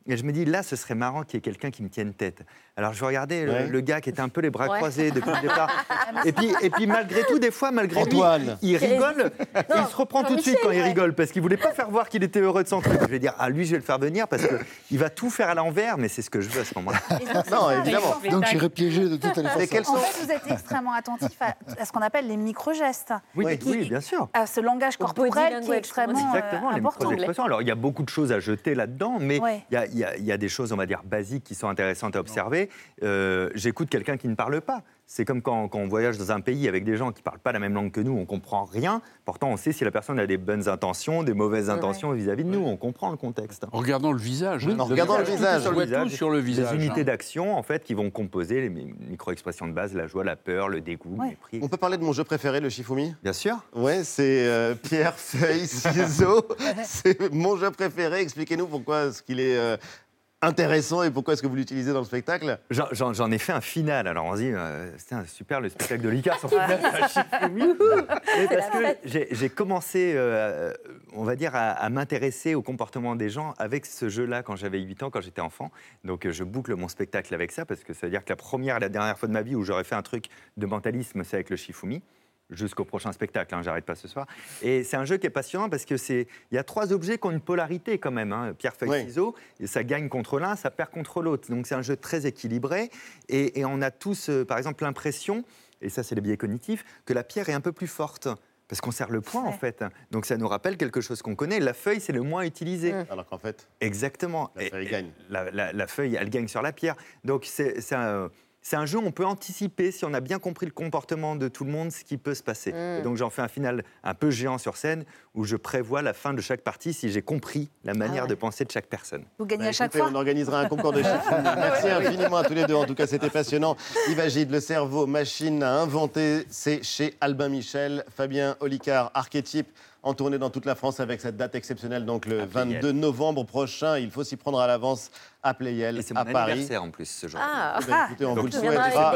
Et je me dis, là, ce serait marrant qu'il y ait quelqu'un qui me tienne tête. Alors, je regardais le gars qui était un peu les bras croisés depuis le départ. Et puis, malgré tout, des fois, malgré Antoine. lui, il rigole. Et il se reprend tout de suite quand il rigole, parce qu'il voulait pas faire voir qu'il était heureux de son truc. Je vais dire, lui, je vais le faire venir, parce qu'il va tout faire à l'envers, mais c'est ce que je veux à ce moment-là. Non, évidemment. Donc j'irai piéger de toutes les façons. En fait, vous êtes extrêmement attentif à ce qu'on appelle les micro-gestes. Oui, bien sûr. À ce langage corporel qui est extrêmement Exactement, les important. micro-expressions. Alors, il y a beaucoup de choses à jeter là-dedans, mais Ouais. il y a des choses, on va dire, basiques qui sont intéressantes à observer. J'écoute quelqu'un qui ne parle pas. C'est comme quand on voyage dans un pays avec des gens qui ne parlent pas la même langue que nous, on ne comprend rien. Pourtant, on sait si la personne a des bonnes intentions, des mauvaises intentions vis-à-vis de nous. On comprend le contexte. En regardant le visage. En regardant le visage. On voit tout sur le visage. Des unités d'action, en fait, qui vont composer les micro-expressions de base, la joie, la peur, le dégoût, le mépris. On peut parler de mon jeu préféré, le Shifumi ? Bien sûr. Ouais, c'est pierre, feuille, ciseaux. C'est mon jeu préféré. Expliquez-nous pourquoi est-ce qu'il est intéressant et pourquoi est-ce que vous l'utilisez dans le spectacle ? J'en ai fait un final. Alors on se dit, c'était super le spectacle de Licard. Parce que j'ai commencé, on va dire, à m'intéresser au comportement des gens avec ce jeu-là quand j'avais 8 ans, quand j'étais enfant. Donc je boucle mon spectacle avec ça, parce que ça veut dire que la première et la dernière fois de ma vie où j'aurais fait un truc de mentalisme, c'est avec le Shifumi. Jusqu'au prochain spectacle, j'arrête pas ce soir. Et c'est un jeu qui est passionnant parce que il y a 3 objets qui ont une polarité quand même, pierre, feuille, ciseaux, et ça gagne contre l'un, ça perd contre l'autre. Donc c'est un jeu très équilibré, et on a tous, par exemple, l'impression, et ça c'est les biais cognitifs, que la pierre est un peu plus forte. Parce qu'on serre le poing, en fait. Donc ça nous rappelle quelque chose qu'on connaît. La feuille, c'est le moins utilisé. Alors qu'en fait... Exactement. La feuille gagne. La feuille, elle gagne sur la pierre. Donc c'est un jeu où on peut anticiper, si on a bien compris le comportement de tout le monde, ce qui peut se passer. Et donc j'en fais un final un peu géant sur scène, où je prévois la fin de chaque partie si j'ai compris la manière de penser de chaque personne. Vous gagnez à chaque fois. On organisera un concours de chiffres. Merci infiniment à tous les deux. En tout cas, c'était passionnant. Yves Agide, le cerveau machine à inventer, c'est chez Albin Michel. Fabien Olicard, archétype, en tournée dans toute la France avec cette date exceptionnelle, donc le 22 novembre prochain. Il faut s'y prendre à l'avance à Playel, et c'est à mon Paris. anniversaire en plus ce jour. Écoutez, on vous le souhaitera.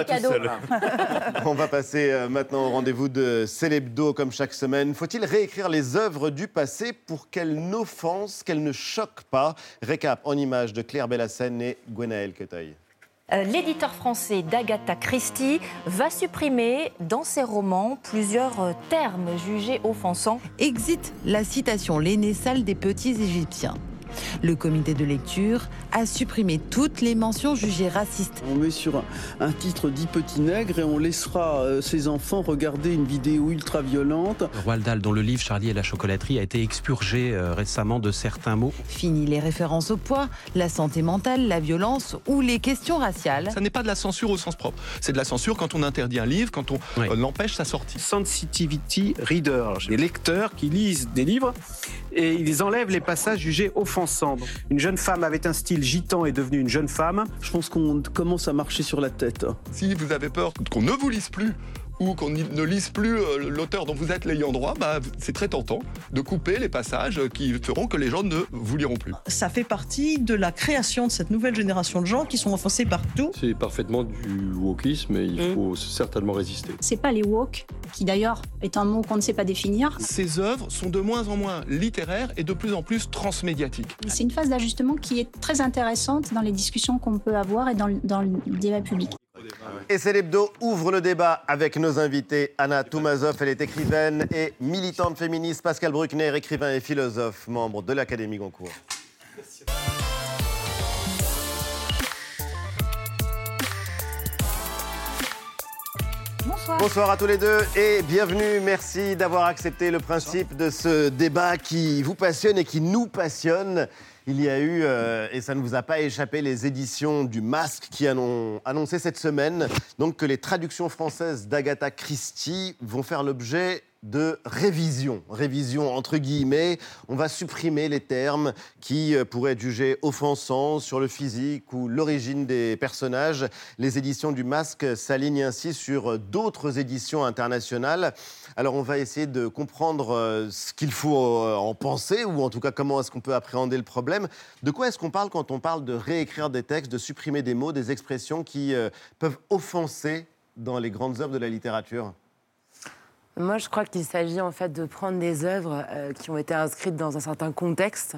On va passer maintenant au rendez-vous de Célébdo comme chaque semaine. Faut-il réécrire les œuvres du passé pour qu'elles n'offensent, qu'elles ne choquent pas ? Récap en images de Claire Bellassène et Gwenaëlle Queteuil. L'éditeur français d'Agatha Christie va supprimer dans ses romans plusieurs termes jugés offensants. Exit la citation « l'aîné sale des petits Égyptiens ». Le comité de lecture a supprimé toutes les mentions jugées racistes. On met sur un titre dit petit nègre et on laissera ses enfants regarder une vidéo ultra violente. Roald Dahl, dont le livre Charlie et la chocolaterie a été expurgé récemment de certains mots. Fini les références au poids, la santé mentale, la violence ou les questions raciales. Ça n'est pas de la censure au sens propre. C'est de la censure quand on interdit un livre, quand on l'empêche sa sortie. Sensitivity reader, des lecteurs qui lisent des livres et ils enlèvent les passages jugés offensants. Une jeune femme avait un style gitan et est devenue une jeune femme. Je pense qu'on commence à marcher sur la tête. Si vous avez peur qu'on ne vous lise plus ou qu'on ne lise plus l'auteur dont vous êtes l'ayant droit, c'est très tentant de couper les passages qui feront que les gens ne vous liront plus. Ça fait partie de la création de cette nouvelle génération de gens qui sont offensés partout. C'est parfaitement du wokisme et il faut certainement résister. C'est pas les woke, qui d'ailleurs est un mot qu'on ne sait pas définir. Ces œuvres sont de moins en moins littéraires et de plus en plus transmédiatiques. C'est une phase d'ajustement qui est très intéressante dans les discussions qu'on peut avoir et dans le débat public. Et Célébdo ouvre le débat avec nos invités. Anna Toumazov, elle est écrivaine et militante féministe. Pascal Bruckner, écrivain et philosophe, membre de l'Académie Goncourt. Bonsoir. Bonsoir à tous les deux et bienvenue. Merci d'avoir accepté le principe de ce débat qui vous passionne et qui nous passionne. Il y a eu, et ça ne vous a pas échappé, les éditions du Masque qui ont annoncé cette semaine donc, que les traductions françaises d'Agatha Christie vont faire l'objet de révision entre guillemets. On va supprimer les termes qui pourraient être jugés offensants sur le physique ou l'origine des personnages. Les éditions du Masque s'alignent ainsi sur d'autres éditions internationales. Alors on va essayer de comprendre ce qu'il faut en penser, ou en tout cas comment est-ce qu'on peut appréhender le problème. De quoi est-ce qu'on parle quand on parle de réécrire des textes, de supprimer des mots, des expressions qui peuvent offenser dans les grandes œuvres de la littérature ? Moi, je crois qu'il s'agit en fait de prendre des œuvres qui ont été inscrites dans un certain contexte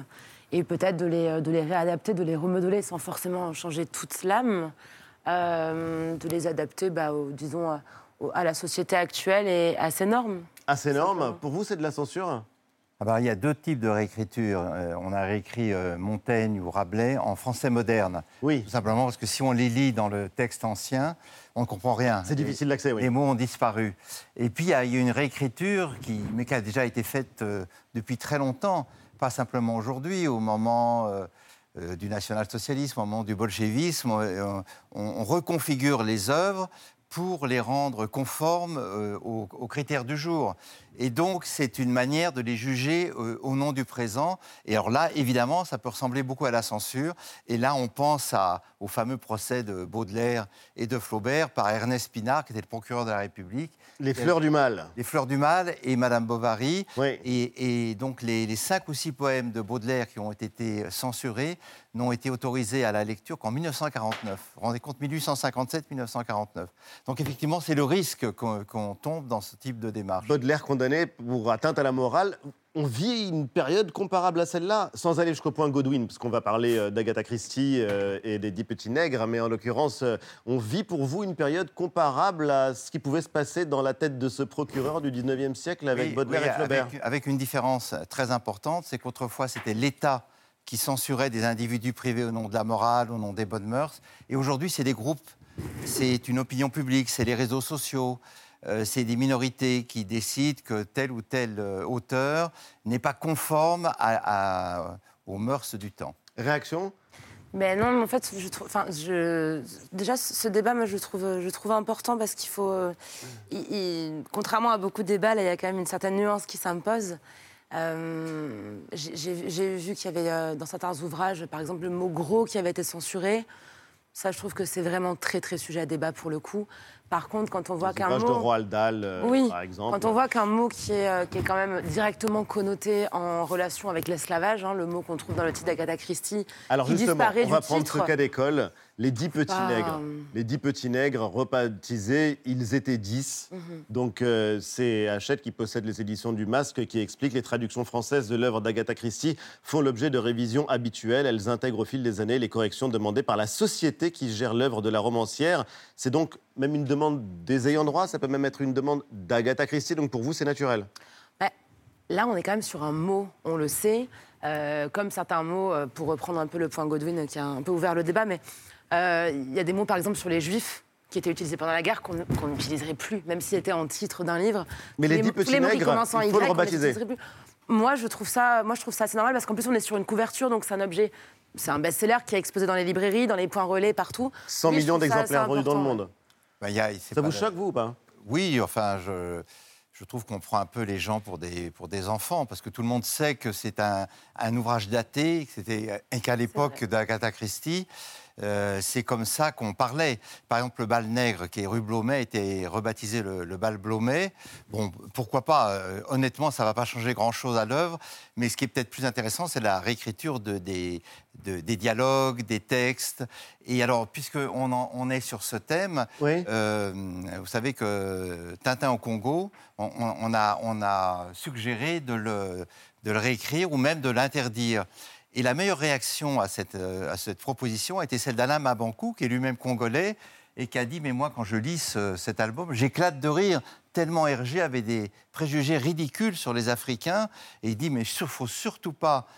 et peut-être de les réadapter, de les remodeler sans forcément changer toute l'âme, de les adapter, disons, à la société actuelle et à ses normes. À ses normes. Pour vous, c'est de la censure ? Il y a deux types de réécriture. On a réécrit Montaigne ou Rabelais en français moderne. Oui. Tout simplement parce que si on les lit dans le texte ancien, on ne comprend rien. C'est difficile d'accès, oui. Les mots ont disparu. Et puis, il y a une réécriture qui a déjà été faite depuis très longtemps, pas simplement aujourd'hui, au moment du national-socialisme, au moment du bolchevisme. On reconfigure les œuvres pour les rendre conformes aux critères du jour. Et donc, c'est une manière de les juger au nom du présent. Et alors là, évidemment, ça peut ressembler beaucoup à la censure. Et là, on pense au fameux procès de Baudelaire et de Flaubert par Ernest Pinard, qui était le procureur de la République. Les Fleurs du Mal. Les Fleurs du Mal et Madame Bovary. Oui. Et donc, les 5 ou 6 poèmes de Baudelaire qui ont été censurés n'ont été autorisés à la lecture qu'en 1949. Vous vous rendez compte, 1857-1949. Donc, effectivement, c'est le risque qu'on tombe dans ce type de démarche. Baudelaire condamné pour atteinte à la morale. On vit une période comparable à celle-là, sans aller jusqu'au point Godwin, parce qu'on va parler d'Agatha Christie et des 10 petits nègres, mais en l'occurrence, on vit pour vous une période comparable à ce qui pouvait se passer dans la tête de ce procureur du 19e siècle avec Baudelaire et Flaubert. Avec une différence très importante, c'est qu'autrefois, c'était l'État qui censurait des individus privés au nom de la morale, au nom des bonnes mœurs, et aujourd'hui, c'est des groupes, c'est une opinion publique, c'est les réseaux sociaux. C'est des minorités qui décident que tel ou tel auteur n'est pas conforme aux mœurs du temps. Réaction ? Ben non, mais en fait, déjà, ce débat, moi, je trouve important parce qu'il faut... contrairement à beaucoup de débats, là, il y a quand même une certaine nuance qui s'impose. J'ai vu qu'il y avait dans certains ouvrages, par exemple, le mot « gros » qui avait été censuré. Ça, je trouve que c'est vraiment très, très sujet à débat pour le coup. Par contre, quand on voit qu'un mot... de Roald Dahl, par exemple. Quand on voit qu'un mot qui est quand même directement connoté en relation avec l'esclavage, le mot qu'on trouve dans le titre d'Agatha Christie, alors qui disparaît du titre... on va prendre ce cas d'école, les 10 petits nègres. Les 10 petits nègres rebaptisés, ils étaient 10. Donc c'est Hachette qui possède les éditions du Masque qui explique les traductions françaises de l'œuvre d'Agatha Christie font l'objet de révisions habituelles. Elles intègrent au fil des années les corrections demandées par la société qui gère l'œuvre de la romancière. C'est donc même une demande des ayants droit, ça peut même être une demande d'Agatha Christie, donc pour vous, c'est naturel. Là, on est quand même sur un mot, on le sait, comme certains mots, pour reprendre un peu le point Godwin qui a un peu ouvert le débat, mais il y a des mots, par exemple, sur les Juifs, qui étaient utilisés pendant la guerre, qu'on n'utiliserait plus, même s'ils étaient en titre d'un livre. Mais les 10 petits nègres, il faut le rebaptiser. Moi, je trouve ça assez normal, parce qu'en plus, on est sur une couverture, donc c'est un objet... C'est un best-seller qui est exposé dans les librairies, dans les points relais, partout. 100 millions d'exemplaires vendus dans le monde. Ça vous choque, vous, ou pas ? Oui, enfin, je trouve qu'on prend un peu les gens pour des enfants, parce que tout le monde sait que c'est un ouvrage daté, et qu'à l'époque d'Agatha Christie, c'est comme ça qu'on parlait. Par exemple, le bal nègre, qui est rue Blomet, était rebaptisé le bal Blomet. Bon, pourquoi pas, honnêtement, ça ne va pas changer grand-chose à l'œuvre, mais ce qui est peut-être plus intéressant, c'est la réécriture des dialogues, des textes. Et alors, puisqu'on est sur ce thème, vous savez que Tintin au Congo, on a suggéré de le réécrire ou même de l'interdire. Et la meilleure réaction à cette proposition a été celle d'Alain Mabankou, qui est lui-même congolais, et qui a dit « Mais moi, quand je lis cet album, j'éclate de rire, tellement Hergé avait des préjugés ridicules sur les Africains. » Et il dit « Mais il ne faut surtout pas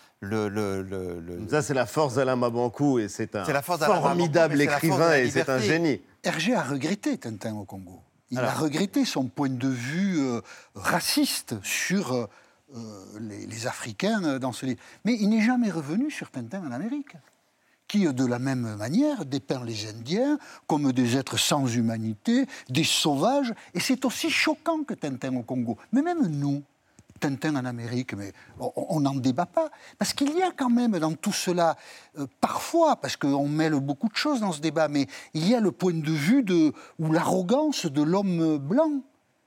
Ça, c'est la force d'Alain Mabankou, et c'est un formidable écrivain, et c'est un génie. Hergé a regretté Tintin au Congo. Il a regretté son point de vue raciste sur... les Africains dans ce livre. Mais il n'est jamais revenu sur Tintin en Amérique, qui, de la même manière, dépeint les Indiens comme des êtres sans humanité, des sauvages, et c'est aussi choquant que Tintin au Congo. Mais même nous, Tintin en Amérique, mais on n'en débat pas, parce qu'il y a quand même dans tout cela, parfois, parce qu'on mêle beaucoup de choses dans ce débat, mais il y a le point de vue ou l'arrogance de l'homme blanc,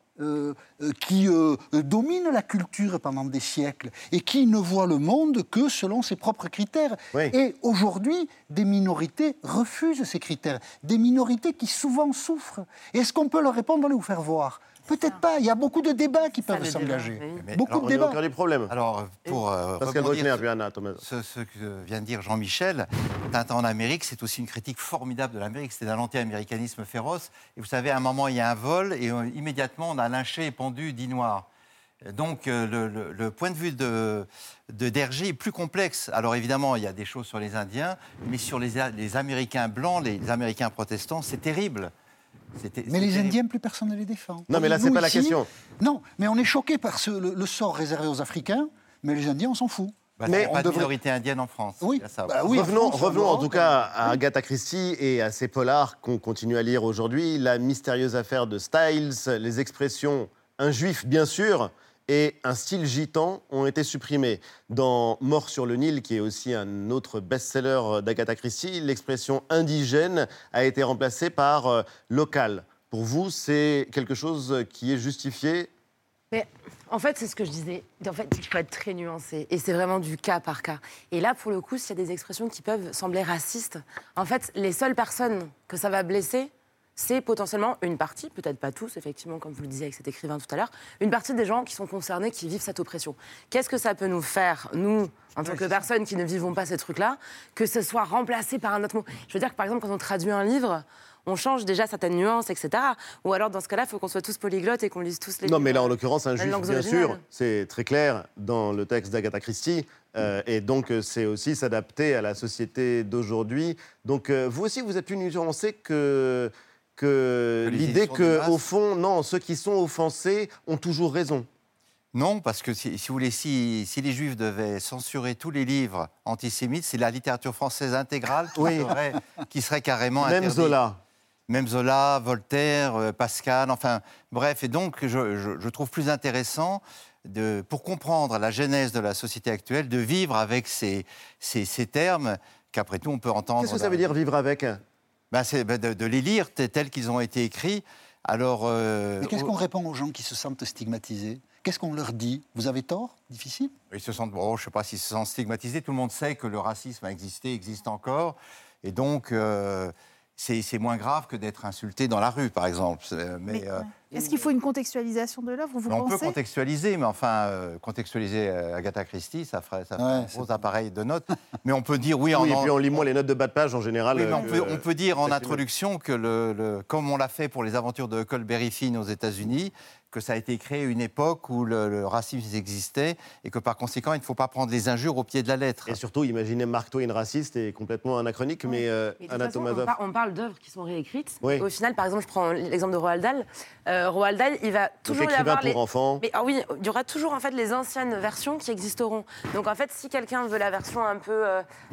qui domine la culture pendant des siècles et qui ne voit le monde que selon ses propres critères. Oui. Et aujourd'hui, des minorités refusent ces critères. Des minorités qui souvent souffrent. Et est-ce qu'on peut leur répondre, allez vous faire voir ? Peut-être pas. Il y a beaucoup de débats qui peuvent s'engager. Beaucoup de débats. On a encore des problèmes. Alors, pour Pascal Bruckner, puis Anna, Thomas. Ce que vient de dire Jean-Michel, Tintin en Amérique, c'est aussi une critique formidable de l'Amérique. C'est d'un anti-américanisme féroce. Et vous savez, à un moment, il y a un vol et immédiatement, on a lynché et pendu 10 Noirs. Donc, le point de vue d'Hergé est plus complexe. Alors, évidemment, il y a des choses sur les Indiens, mais sur les Américains blancs, les Américains protestants, c'est terrible. Mais les Indiens, plus personne ne les défend. Non, mais là, c'est pas la question. Non, mais on est choqué par le sort réservé aux Africains, mais les Indiens, on s'en fout. Mais on devrait... minorité indienne en France. Oui. Revenons en tout cas à Agatha Christie et à ces polars qu'on continue à lire aujourd'hui. La mystérieuse affaire de Styles, les expressions « un juif, bien sûr » et un style gitan ont été supprimés. Dans Mort sur le Nil, qui est aussi un autre best-seller d'Agatha Christie, l'expression indigène a été remplacée par local. Pour vous, c'est quelque chose qui est justifié ? Mais en fait, c'est ce que je disais. En fait, il faut être très nuancé. Et c'est vraiment du cas par cas. Et là, pour le coup, s'il y a des expressions qui peuvent sembler racistes, en fait, les seules personnes que ça va blesser, c'est potentiellement une partie, peut-être pas tous, effectivement, comme vous le disiez avec cet écrivain tout à l'heure, une partie des gens qui sont concernés, qui vivent cette oppression. Qu'est-ce que ça peut nous faire, nous, en tant que personnes qui ne vivons pas ces trucs-là, que ce soit remplacé par un autre mot ? Je veux dire que, par exemple, quand on traduit un livre, on change déjà certaines nuances, etc. Ou alors, dans ce cas-là, il faut qu'on soit tous polyglottes et qu'on lise tous les livres. Non, mais là, en l'occurrence, un juif, bien sûr, c'est très clair dans le texte d'Agatha Christie. Et donc, c'est aussi s'adapter à la société d'aujourd'hui. Donc, vous aussi, vous êtes plus nuancé que l'idée que, au fond, non, ceux qui sont offensés ont toujours raison. Non, parce que si vous voulez, si les Juifs devaient censurer tous les livres antisémites, c'est la littérature française intégrale qui serait carrément interdite. Même Zola, Voltaire, Pascal, enfin bref. Et donc, je trouve plus intéressant, pour comprendre la genèse de la société actuelle, de vivre avec ces termes qu'après tout, on peut entendre... Qu'est-ce que ça veut dire, vivre avec ? C'est de les lire tels qu'ils ont été écrits. Alors, mais qu'est-ce qu'on répond aux gens qui se sentent stigmatisés ? Qu'est-ce qu'on leur dit ? Vous avez tort ? Difficile ? Ils se sentent, je ne sais pas s'ils se sentent stigmatisés. Tout le monde sait que le racisme a existé, existe encore. Et donc, c'est moins grave que d'être insulté dans la rue, par exemple. Est-ce qu'il faut une contextualisation de l'œuvre, vous pensez ? On peut contextualiser, mais enfin, contextualiser Agatha Christie, ça ferait un gros appareil de notes. Mais on peut dire, oui... et puis on lit moins les notes de bas de page, en général. Oui, mais on peut dire en introduction que, comme on l'a fait pour les aventures de Huckleberry Finn aux États-Unis, que ça a été créé à une époque où le racisme existait et que, par conséquent, il ne faut pas prendre les injures au pied de la lettre. Et surtout, imaginer Mark Twain raciste est complètement anachronique, mais Anna Tomasov... On parle d'œuvres qui sont réécrites. Oui. Au final, par exemple, je prends l'exemple de Roald Dahl. Roald Dahl, il va toujours y avoir pour enfants. Mais oui, il y aura toujours en fait les anciennes versions qui existeront. Donc en fait, si quelqu'un veut la version un peu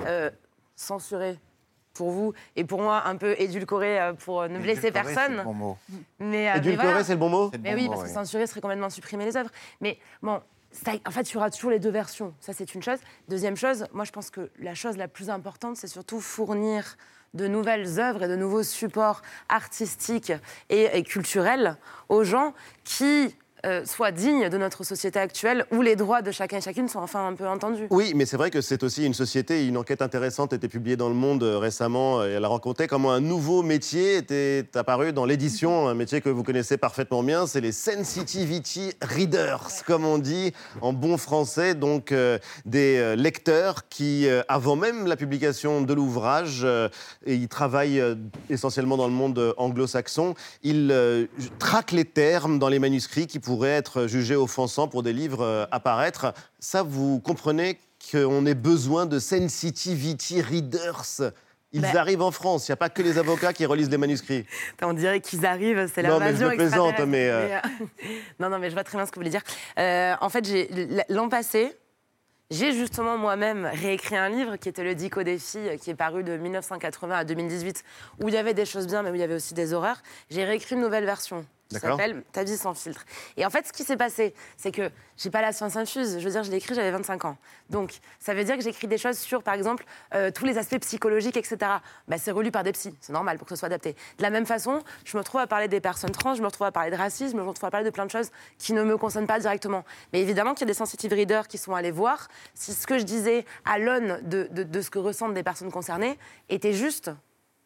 censurée pour vous et pour moi un peu édulcorée pour ne blesser personne. C'est le bon mot. Édulcorée, c'est le bon mot. Mais oui, parce que censurer serait complètement supprimer les œuvres. Mais bon. En fait, il y aura toujours les deux versions. Ça, c'est une chose. Deuxième chose, moi, je pense que la chose la plus importante, c'est surtout fournir de nouvelles œuvres et de nouveaux supports artistiques et culturels aux gens qui soient dignes de notre société actuelle, où les droits de chacun et chacune sont enfin un peu entendus. Oui, mais c'est vrai que c'est aussi une société, une enquête intéressante a été publiée dans Le Monde récemment, et elle a raconté comment un nouveau métier était apparu dans l'édition, un métier que vous connaissez parfaitement bien, c'est les sensitivity readers, comme on dit en bon français, donc des lecteurs qui, avant même la publication de l'ouvrage, et ils travaillent essentiellement dans le monde anglo-saxon, ils traquent les termes dans les manuscrits qui pourraient être jugés offensants pour des livres à paraître. Ça, vous comprenez qu'on ait besoin de sensitivity readers. Ils arrivent en France. Il n'y a pas que les avocats qui relisent les manuscrits. On dirait qu'ils arrivent, c'est la mais je me plaisante, Non, mais je vois très bien ce que vous voulez dire. En fait, l'an passé, j'ai justement moi-même réécrit un livre qui était Le Dico des filles, qui est paru de 1980 à 2018, où il y avait des choses bien, mais où il y avait aussi des horreurs. J'ai réécrit une nouvelle version. qui s'appelle Ta vie sans filtre. Et en fait, ce qui s'est passé, c'est que j'ai pas la science infuse. Je veux dire, je l'ai écrit, j'avais 25 ans. Donc, ça veut dire que j'écris des choses sur, par exemple, tous les aspects psychologiques, etc. Bah, c'est relu par des psys. C'est normal pour que ce soit adapté. De la même façon, je me retrouve à parler des personnes trans, je me retrouve à parler de racisme, je me retrouve à parler de plein de choses qui ne me concernent pas directement. Mais évidemment qu'il y a des sensitive readers qui sont allés voir si ce que je disais à l'aune de ce que ressentent des personnes concernées était juste.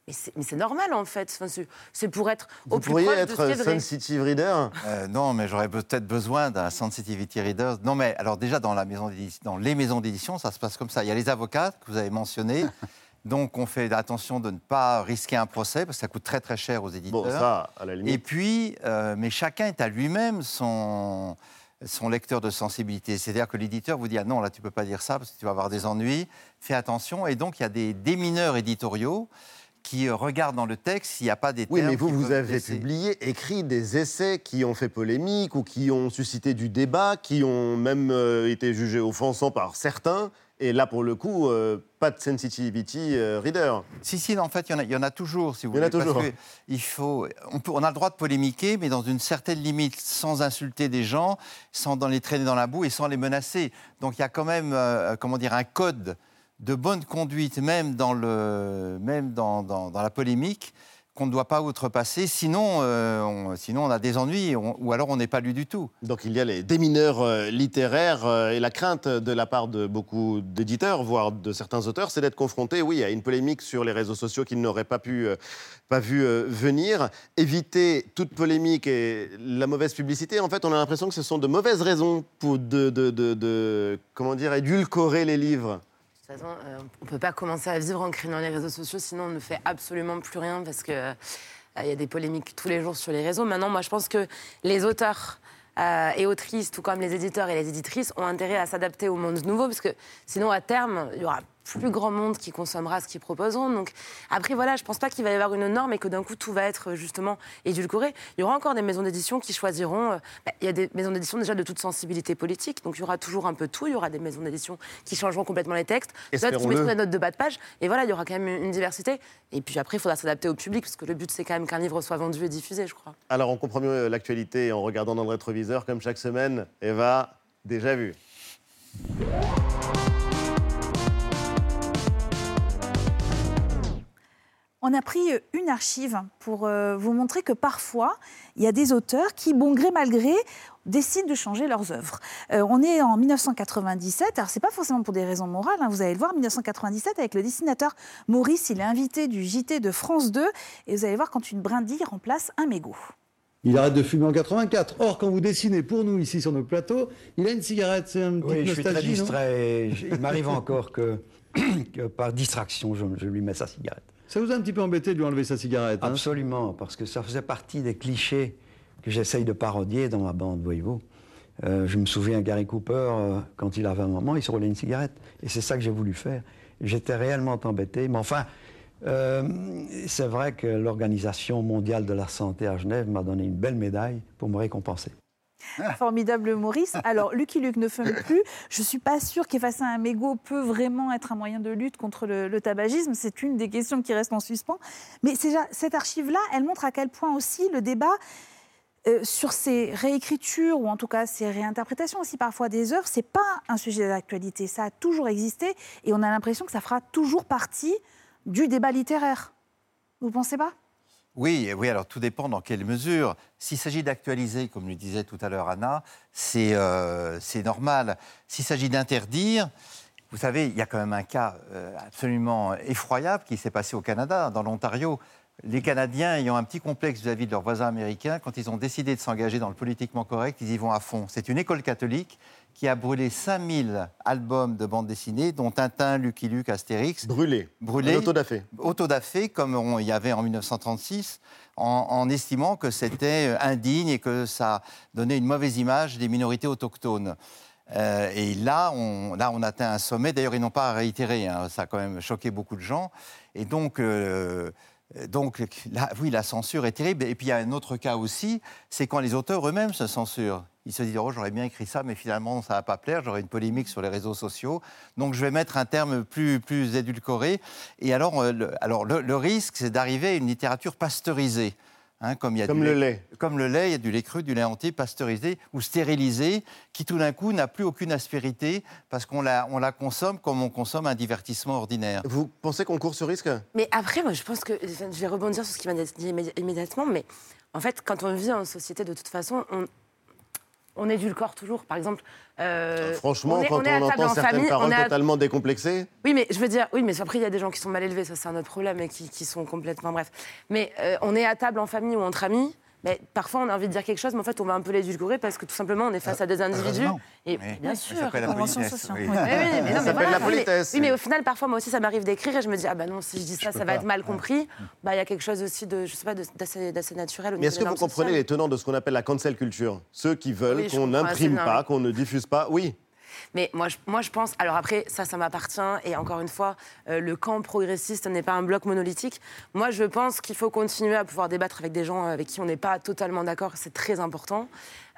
Mais c'est normal, en fait. Enfin, c'est pour être au plus pourriez proche être de ce qui est vrai. sensitive reader Non, mais j'aurais peut-être besoin d'un sensitivity reader. Non, mais alors déjà, dans les maisons d'édition, ça se passe comme ça. Il y a les avocats que vous avez mentionnés. Donc, on fait attention de ne pas risquer un procès, parce que ça coûte très, très cher aux éditeurs. Bon, ça, à la limite. Et puis, mais chacun est à lui-même son lecteur de sensibilité. C'est-à-dire que l'éditeur vous dit « Ah non, là, tu ne peux pas dire ça, parce que tu vas avoir des ennuis. Fais attention. » Et donc, il y a des démineurs éditoriaux qui regardent dans le texte s'il n'y a pas des termes... Oui, mais vous avez écrit des essais qui ont fait polémique ou qui ont suscité du débat, qui ont même été jugés offensants par certains. Et là, pour le coup, pas de sensitivity reader. Si, en fait, il y en a toujours, si vous voulez. Il y en a toujours. Parce on a le droit de polémiquer, mais dans une certaine limite, sans insulter des gens, sans les traîner dans la boue et sans les menacer. Donc, il y a quand même, un code de bonne conduite, même dans la polémique, qu'on ne doit pas outrepasser. Sinon, on a des ennuis, ou alors on n'est pas lu du tout. Donc il y a les démineurs littéraires et la crainte de la part de beaucoup d'éditeurs, voire de certains auteurs, c'est d'être confrontés, à une polémique sur les réseaux sociaux qu'ils n'auraient pas vu venir. Éviter toute polémique et la mauvaise publicité, en fait, on a l'impression que ce sont de mauvaises raisons pour édulcorer les livres. De toute façon, on ne peut pas commencer à vivre en craignant les réseaux sociaux, sinon on ne fait absolument plus rien parce qu'il y a des polémiques tous les jours sur les réseaux. Maintenant, moi, je pense que les auteurs et autrices, tout comme les éditeurs et les éditrices, ont intérêt à s'adapter au monde nouveau parce que sinon, à terme, il y aura plus grand monde qui consommera ce qu'ils proposeront. Donc, après, voilà, je ne pense pas qu'il va y avoir une norme et que d'un coup, tout va être justement édulcoré. Il y aura encore des maisons d'édition qui choisiront... il y a des maisons d'édition déjà de toute sensibilité politique, donc il y aura toujours un peu tout. Il y aura des maisons d'édition qui changeront complètement les textes, d'autres qui mettront des notes de bas de page. Et voilà, il y aura quand même une diversité. Et puis après, il faudra s'adapter au public, parce que le but, c'est quand même qu'un livre soit vendu et diffusé, je crois. Alors, on comprend mieux l'actualité en regardant dans le rétroviseur, comme chaque semaine. Eva, déjà vu. On a pris une archive pour vous montrer que parfois, il y a des auteurs qui, bon gré mal gré, décident de changer leurs œuvres. On est en 1997, alors c'est pas forcément pour des raisons morales, vous allez le voir, 1997, avec le dessinateur Maurice, il est invité du JT de France 2, et vous allez voir quand une brindille remplace un mégot. Il arrête de fumer en 84. Or, quand vous dessinez pour nous ici sur nos plateaux, il a une cigarette, c'est une petite nostalgie, je suis très distrait. Il m'arrive encore que par distraction, je lui mets sa cigarette. Ça vous a un petit peu embêté de lui enlever sa cigarette? Absolument, parce que ça faisait partie des clichés que j'essaye de parodier dans ma bande, voyez-vous. Je me souviens, Gary Cooper, quand il avait un moment, il se roulait une cigarette. Et c'est ça que j'ai voulu faire. J'étais réellement embêté. Mais enfin, c'est vrai que l'Organisation mondiale de la santé à Genève m'a donné une belle médaille pour me récompenser. Formidable Maurice. Alors, Lucky Luke ne fume plus. Je ne suis pas sûre qu'effacer un mégot peut vraiment être un moyen de lutte contre le tabagisme. C'est une des questions qui reste en suspens. Mais cette archive-là, elle montre à quel point aussi le débat sur ces réécritures, ou en tout cas ces réinterprétations aussi parfois des œuvres, ce n'est pas un sujet d'actualité. Ça a toujours existé et on a l'impression que ça fera toujours partie du débat littéraire. Vous ne pensez pas ? Oui, alors tout dépend dans quelle mesure. S'il s'agit d'actualiser, comme le disait tout à l'heure Anna, c'est normal. S'il s'agit d'interdire, vous savez, il y a quand même un cas absolument effroyable qui s'est passé au Canada, dans l'Ontario. Les Canadiens ayant un petit complexe vis-à-vis de leurs voisins américains, quand ils ont décidé de s'engager dans le politiquement correct, ils y vont à fond. C'est une école catholique qui a brûlé 5000 albums de bande dessinée, dont Tintin, Lucky Luke, Astérix. Brûlé. Autodafé. Autodafé, comme il y avait en 1936, en estimant que c'était indigne et que ça donnait une mauvaise image des minorités autochtones. Et là, on atteint un sommet. D'ailleurs, ils n'ont pas à réitérer. Ça a quand même choqué beaucoup de gens. Et donc là, oui, la censure est terrible. Et puis, il y a un autre cas aussi, c'est quand les auteurs eux-mêmes se censurent. Ils se disent « Oh, j'aurais bien écrit ça, mais finalement, ça ne va pas plaire. J'aurai une polémique sur les réseaux sociaux. Donc, je vais mettre un terme plus édulcoré. » Et alors, le risque, c'est d'arriver à une littérature pasteurisée. Comme le lait. Comme le lait, il y a du lait cru, du lait entier, pasteurisé ou stérilisé, qui tout d'un coup n'a plus aucune aspérité parce qu'on la consomme comme on consomme un divertissement ordinaire. Vous pensez qu'on court ce risque ? Mais après, moi, je pense que... Je vais rebondir sur ce qui m'a dit immédiatement, mais en fait, quand on vit en société, de toute façon, on édulcore toujours. Par exemple, franchement, quand on entend certaines paroles totalement décomplexées. Oui, mais je veux dire, oui, mais après il y a des gens qui sont mal élevés, ça c'est un autre problème, et qui sont complètement bref. Mais on est à table en famille ou entre amis. Mais parfois, on a envie de dire quelque chose, mais en fait, on va un peu l'édulcorer parce que tout simplement, on est face à des individus. Et bien sûr, ça s'appelle la politesse. Ça s'appelle la politesse. Oui, mais au final, parfois, moi aussi, ça m'arrive d'écrire et je me dis, ah ben non, si je dis ça, ça va être mal compris. Bah, il y a quelque chose aussi de, je sais pas, d'assez naturel. Mais est-ce que vous comprenez les tenants de ce qu'on appelle la cancel culture? Ceux qui veulent qu'on n'imprime pas, qu'on ne diffuse pas, oui. Mais moi, je pense... Alors après, ça m'appartient. Et encore une fois, le camp progressiste n'est pas un bloc monolithique. Moi, je pense qu'il faut continuer à pouvoir débattre avec des gens avec qui on n'est pas totalement d'accord. C'est très important.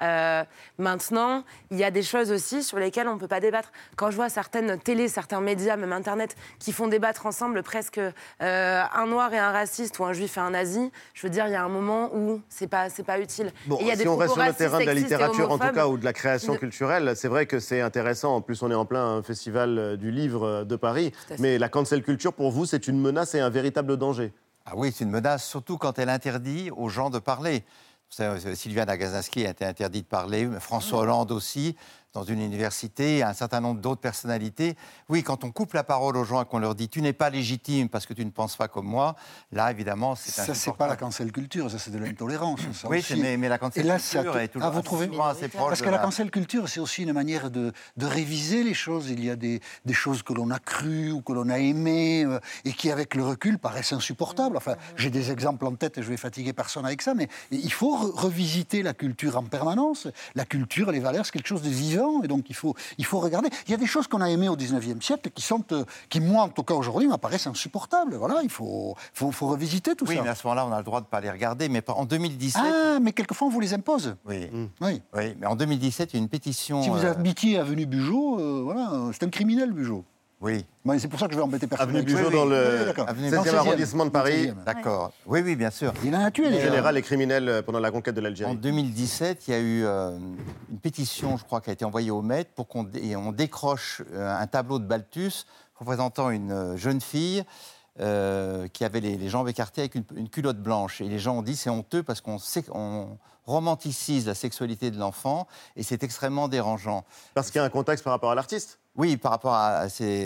Maintenant, il y a des choses aussi sur lesquelles on ne peut pas débattre. Quand je vois certaines télés, certains médias, même Internet, qui font débattre ensemble presque un noir et un raciste ou un juif et un nazi, je veux dire, il y a un moment où c'est pas utile. Bon, et y a si des on reste sur le terrain de la littérature, en tout cas, ou de la création culturelle, c'est vrai que c'est intéressant. En plus, on est en plein festival du livre de Paris. Mais la cancel culture, pour vous, c'est une menace et un véritable danger. Ah oui, c'est une menace, surtout quand elle interdit aux gens de parler. Sylviane Agacinski a été interdit de parler, François Hollande aussi, dans une université, un certain nombre d'autres personnalités. Oui, quand on coupe la parole aux gens et qu'on leur dit « tu n'es pas légitime parce que tu ne penses pas comme moi », là, évidemment, c'est insupportable. Ça, c'est pas la cancel culture, ça, c'est de l'intolérance. Oui, mais la cancel culture est toujours assez proche. Parce que la cancel culture, c'est aussi une manière de réviser les choses. Il y a des choses que l'on a crues ou que l'on a aimées et qui, avec le recul, paraissent insupportables. Enfin, j'ai des exemples en tête et je vais fatiguer personne avec ça, mais il faut revisiter la culture en permanence. La culture, les valeurs, c'est quelque chose de vivant. Et donc, il faut regarder. Il y a des choses qu'on a aimées au XIXe siècle qui, moi, en tout cas, aujourd'hui, m'apparaissent insupportables. Voilà, il faut revisiter tout ça. Oui, mais à ce moment-là, on a le droit de ne pas les regarder. Mais en 2017... Ah, mais quelquefois, on vous les impose. Oui. Oui, mais en 2017, il y a une pétition... Si vous habitiez avenue Bugeaud, voilà, c'est un criminel, Bugeaud. Oui. Ouais, c'est pour ça que je vais embêter personne. Avenue Bugeaud dans le 16e arrondissement de Paris. D'accord. Oui, bien sûr. Il en a tué, les général et criminel pendant la conquête de l'Algérie. En 2017, il y a eu une pétition, je crois, qui a été envoyée au Met pour qu'on décroche un tableau de Balthus représentant une jeune fille qui avait les jambes écartées avec une culotte blanche. Et les gens ont dit c'est honteux parce qu'on romanticise la sexualité de l'enfant et c'est extrêmement dérangeant. Parce qu'il y a un contexte par rapport à l'artiste? Oui, par rapport à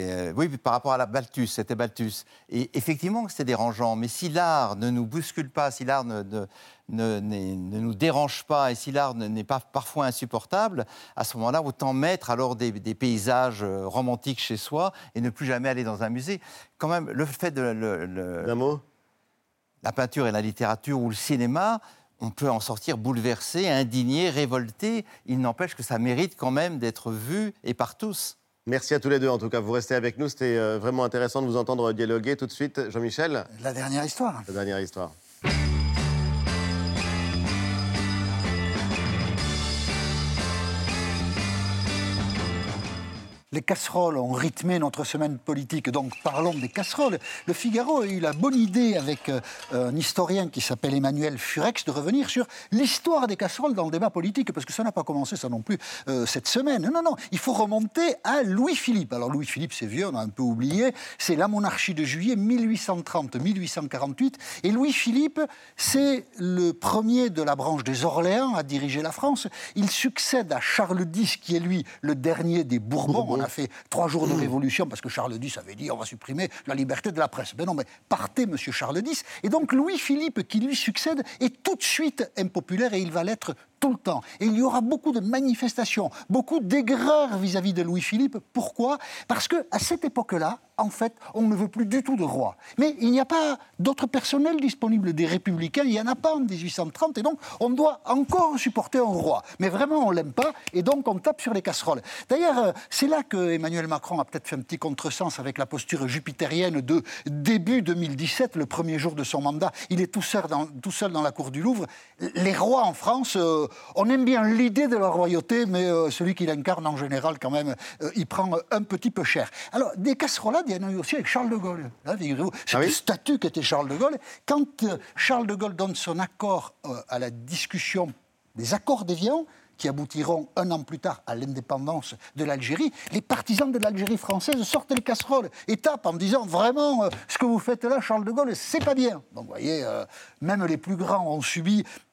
la Balthus, c'était Balthus. Et effectivement, c'est dérangeant. Mais si l'art ne nous bouscule pas, si l'art ne nous dérange pas et si l'art n'est pas parfois insupportable, à ce moment-là, autant mettre alors des paysages romantiques chez soi et ne plus jamais aller dans un musée. Quand même, le fait de la peinture et la littérature ou le cinéma, on peut en sortir bouleversé, indigné, révolté. Il n'empêche que ça mérite quand même d'être vu et par tous. Merci à tous les deux, en tout cas. Vous restez avec nous. C'était vraiment intéressant de vous entendre dialoguer tout de suite. Jean-Michel? La dernière histoire. La dernière histoire. Les casseroles ont rythmé notre semaine politique, donc parlons des casseroles. Le Figaro a eu la bonne idée, avec un historien qui s'appelle Emmanuel Furex, de revenir sur l'histoire des casseroles dans le débat politique, parce que ça n'a pas commencé, ça non plus, cette semaine. Non, il faut remonter à Louis-Philippe. Alors Louis-Philippe, c'est vieux, on a un peu oublié, c'est la monarchie de juillet 1830-1848, et Louis-Philippe, c'est le premier de la branche des Orléans à diriger la France. Il succède à Charles X, qui est lui le dernier des Bourbons. On a fait 3 jours de révolution parce que Charles X avait dit on va supprimer la liberté de la presse. Ben non, mais partez, monsieur Charles X. Et donc Louis-Philippe, qui lui succède, est tout de suite impopulaire et il va l'être tout le temps. Et il y aura beaucoup de manifestations, beaucoup d'aigreur vis-à-vis de Louis-Philippe. Pourquoi ? Parce qu'à cette époque-là, en fait, on ne veut plus du tout de roi. Mais il n'y a pas d'autres personnels disponibles des Républicains, il n'y en a pas en 1830, et donc on doit encore supporter un roi. Mais vraiment, on ne l'aime pas, et donc on tape sur les casseroles. D'ailleurs, c'est là que Emmanuel Macron a peut-être fait un petit contresens avec la posture jupitérienne de début 2017, le premier jour de son mandat. Il est tout seul dans la cour du Louvre. Les rois en France... on aime bien l'idée de la royauté, mais celui qui l'incarne en général, quand même, il prend un petit peu cher. Alors, des casserolades, il y en a eu aussi avec Charles de Gaulle. Là, figurez-vous, c'est le statut qu'était Charles de Gaulle. Quand Charles de Gaulle donne son accord à la discussion des accords d'Évian, qui aboutiront 1 an plus tard à l'indépendance de l'Algérie, les partisans de l'Algérie française sortent les casseroles et tapent en disant vraiment ce que vous faites là, Charles de Gaulle, c'est pas bien. Donc vous voyez, même les plus grands ont subi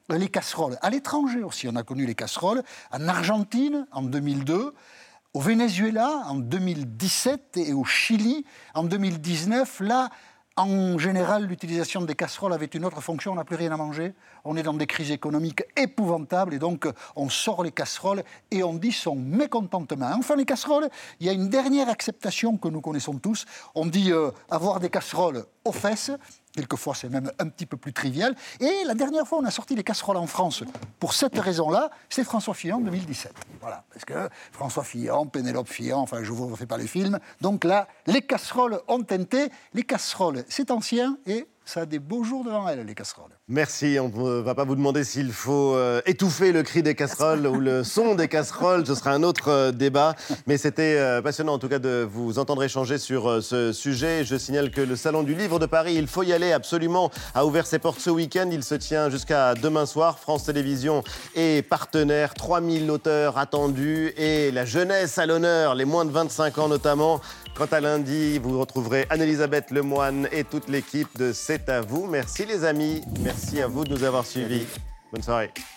les casseroles. À l'étranger aussi, on a connu les casseroles. En Argentine, en 2002, au Venezuela, en 2017, et au Chili, en 2019. Là, en général, l'utilisation des casseroles avait une autre fonction, on n'a plus rien à manger. On est dans des crises économiques épouvantables et donc on sort les casseroles et on dit son mécontentement. Enfin, les casseroles, il y a une dernière acceptation que nous connaissons tous. On dit avoir des casseroles aux fesses. Quelquefois, c'est même un petit peu plus trivial. Et la dernière fois, on a sorti les casseroles en France. Pour cette raison-là, c'est François Fillon en 2017. Voilà, parce que François Fillon, Pénélope Fillon, enfin, je ne vous refais pas les films. Donc là, les casseroles ont teinté. Les casseroles, c'est ancien et ça a des beaux jours devant elles, les casseroles. Merci. On ne va pas vous demander s'il faut étouffer le cri des casseroles ou le son des casseroles. Ce sera un autre débat. Mais c'était passionnant, en tout cas, de vous entendre échanger sur ce sujet. Je signale que le Salon du Livre de Paris, il faut y aller absolument, a ouvert ses portes ce week-end. Il se tient jusqu'à demain soir. France Télévisions est partenaire. 3000 auteurs attendus et la jeunesse à l'honneur, les moins de 25 ans notamment. Quant à lundi, vous retrouverez Anne-Elisabeth Lemoine et toute l'équipe de C'est à vous. Merci les amis. Merci à vous de nous avoir suivis. Bonne soirée.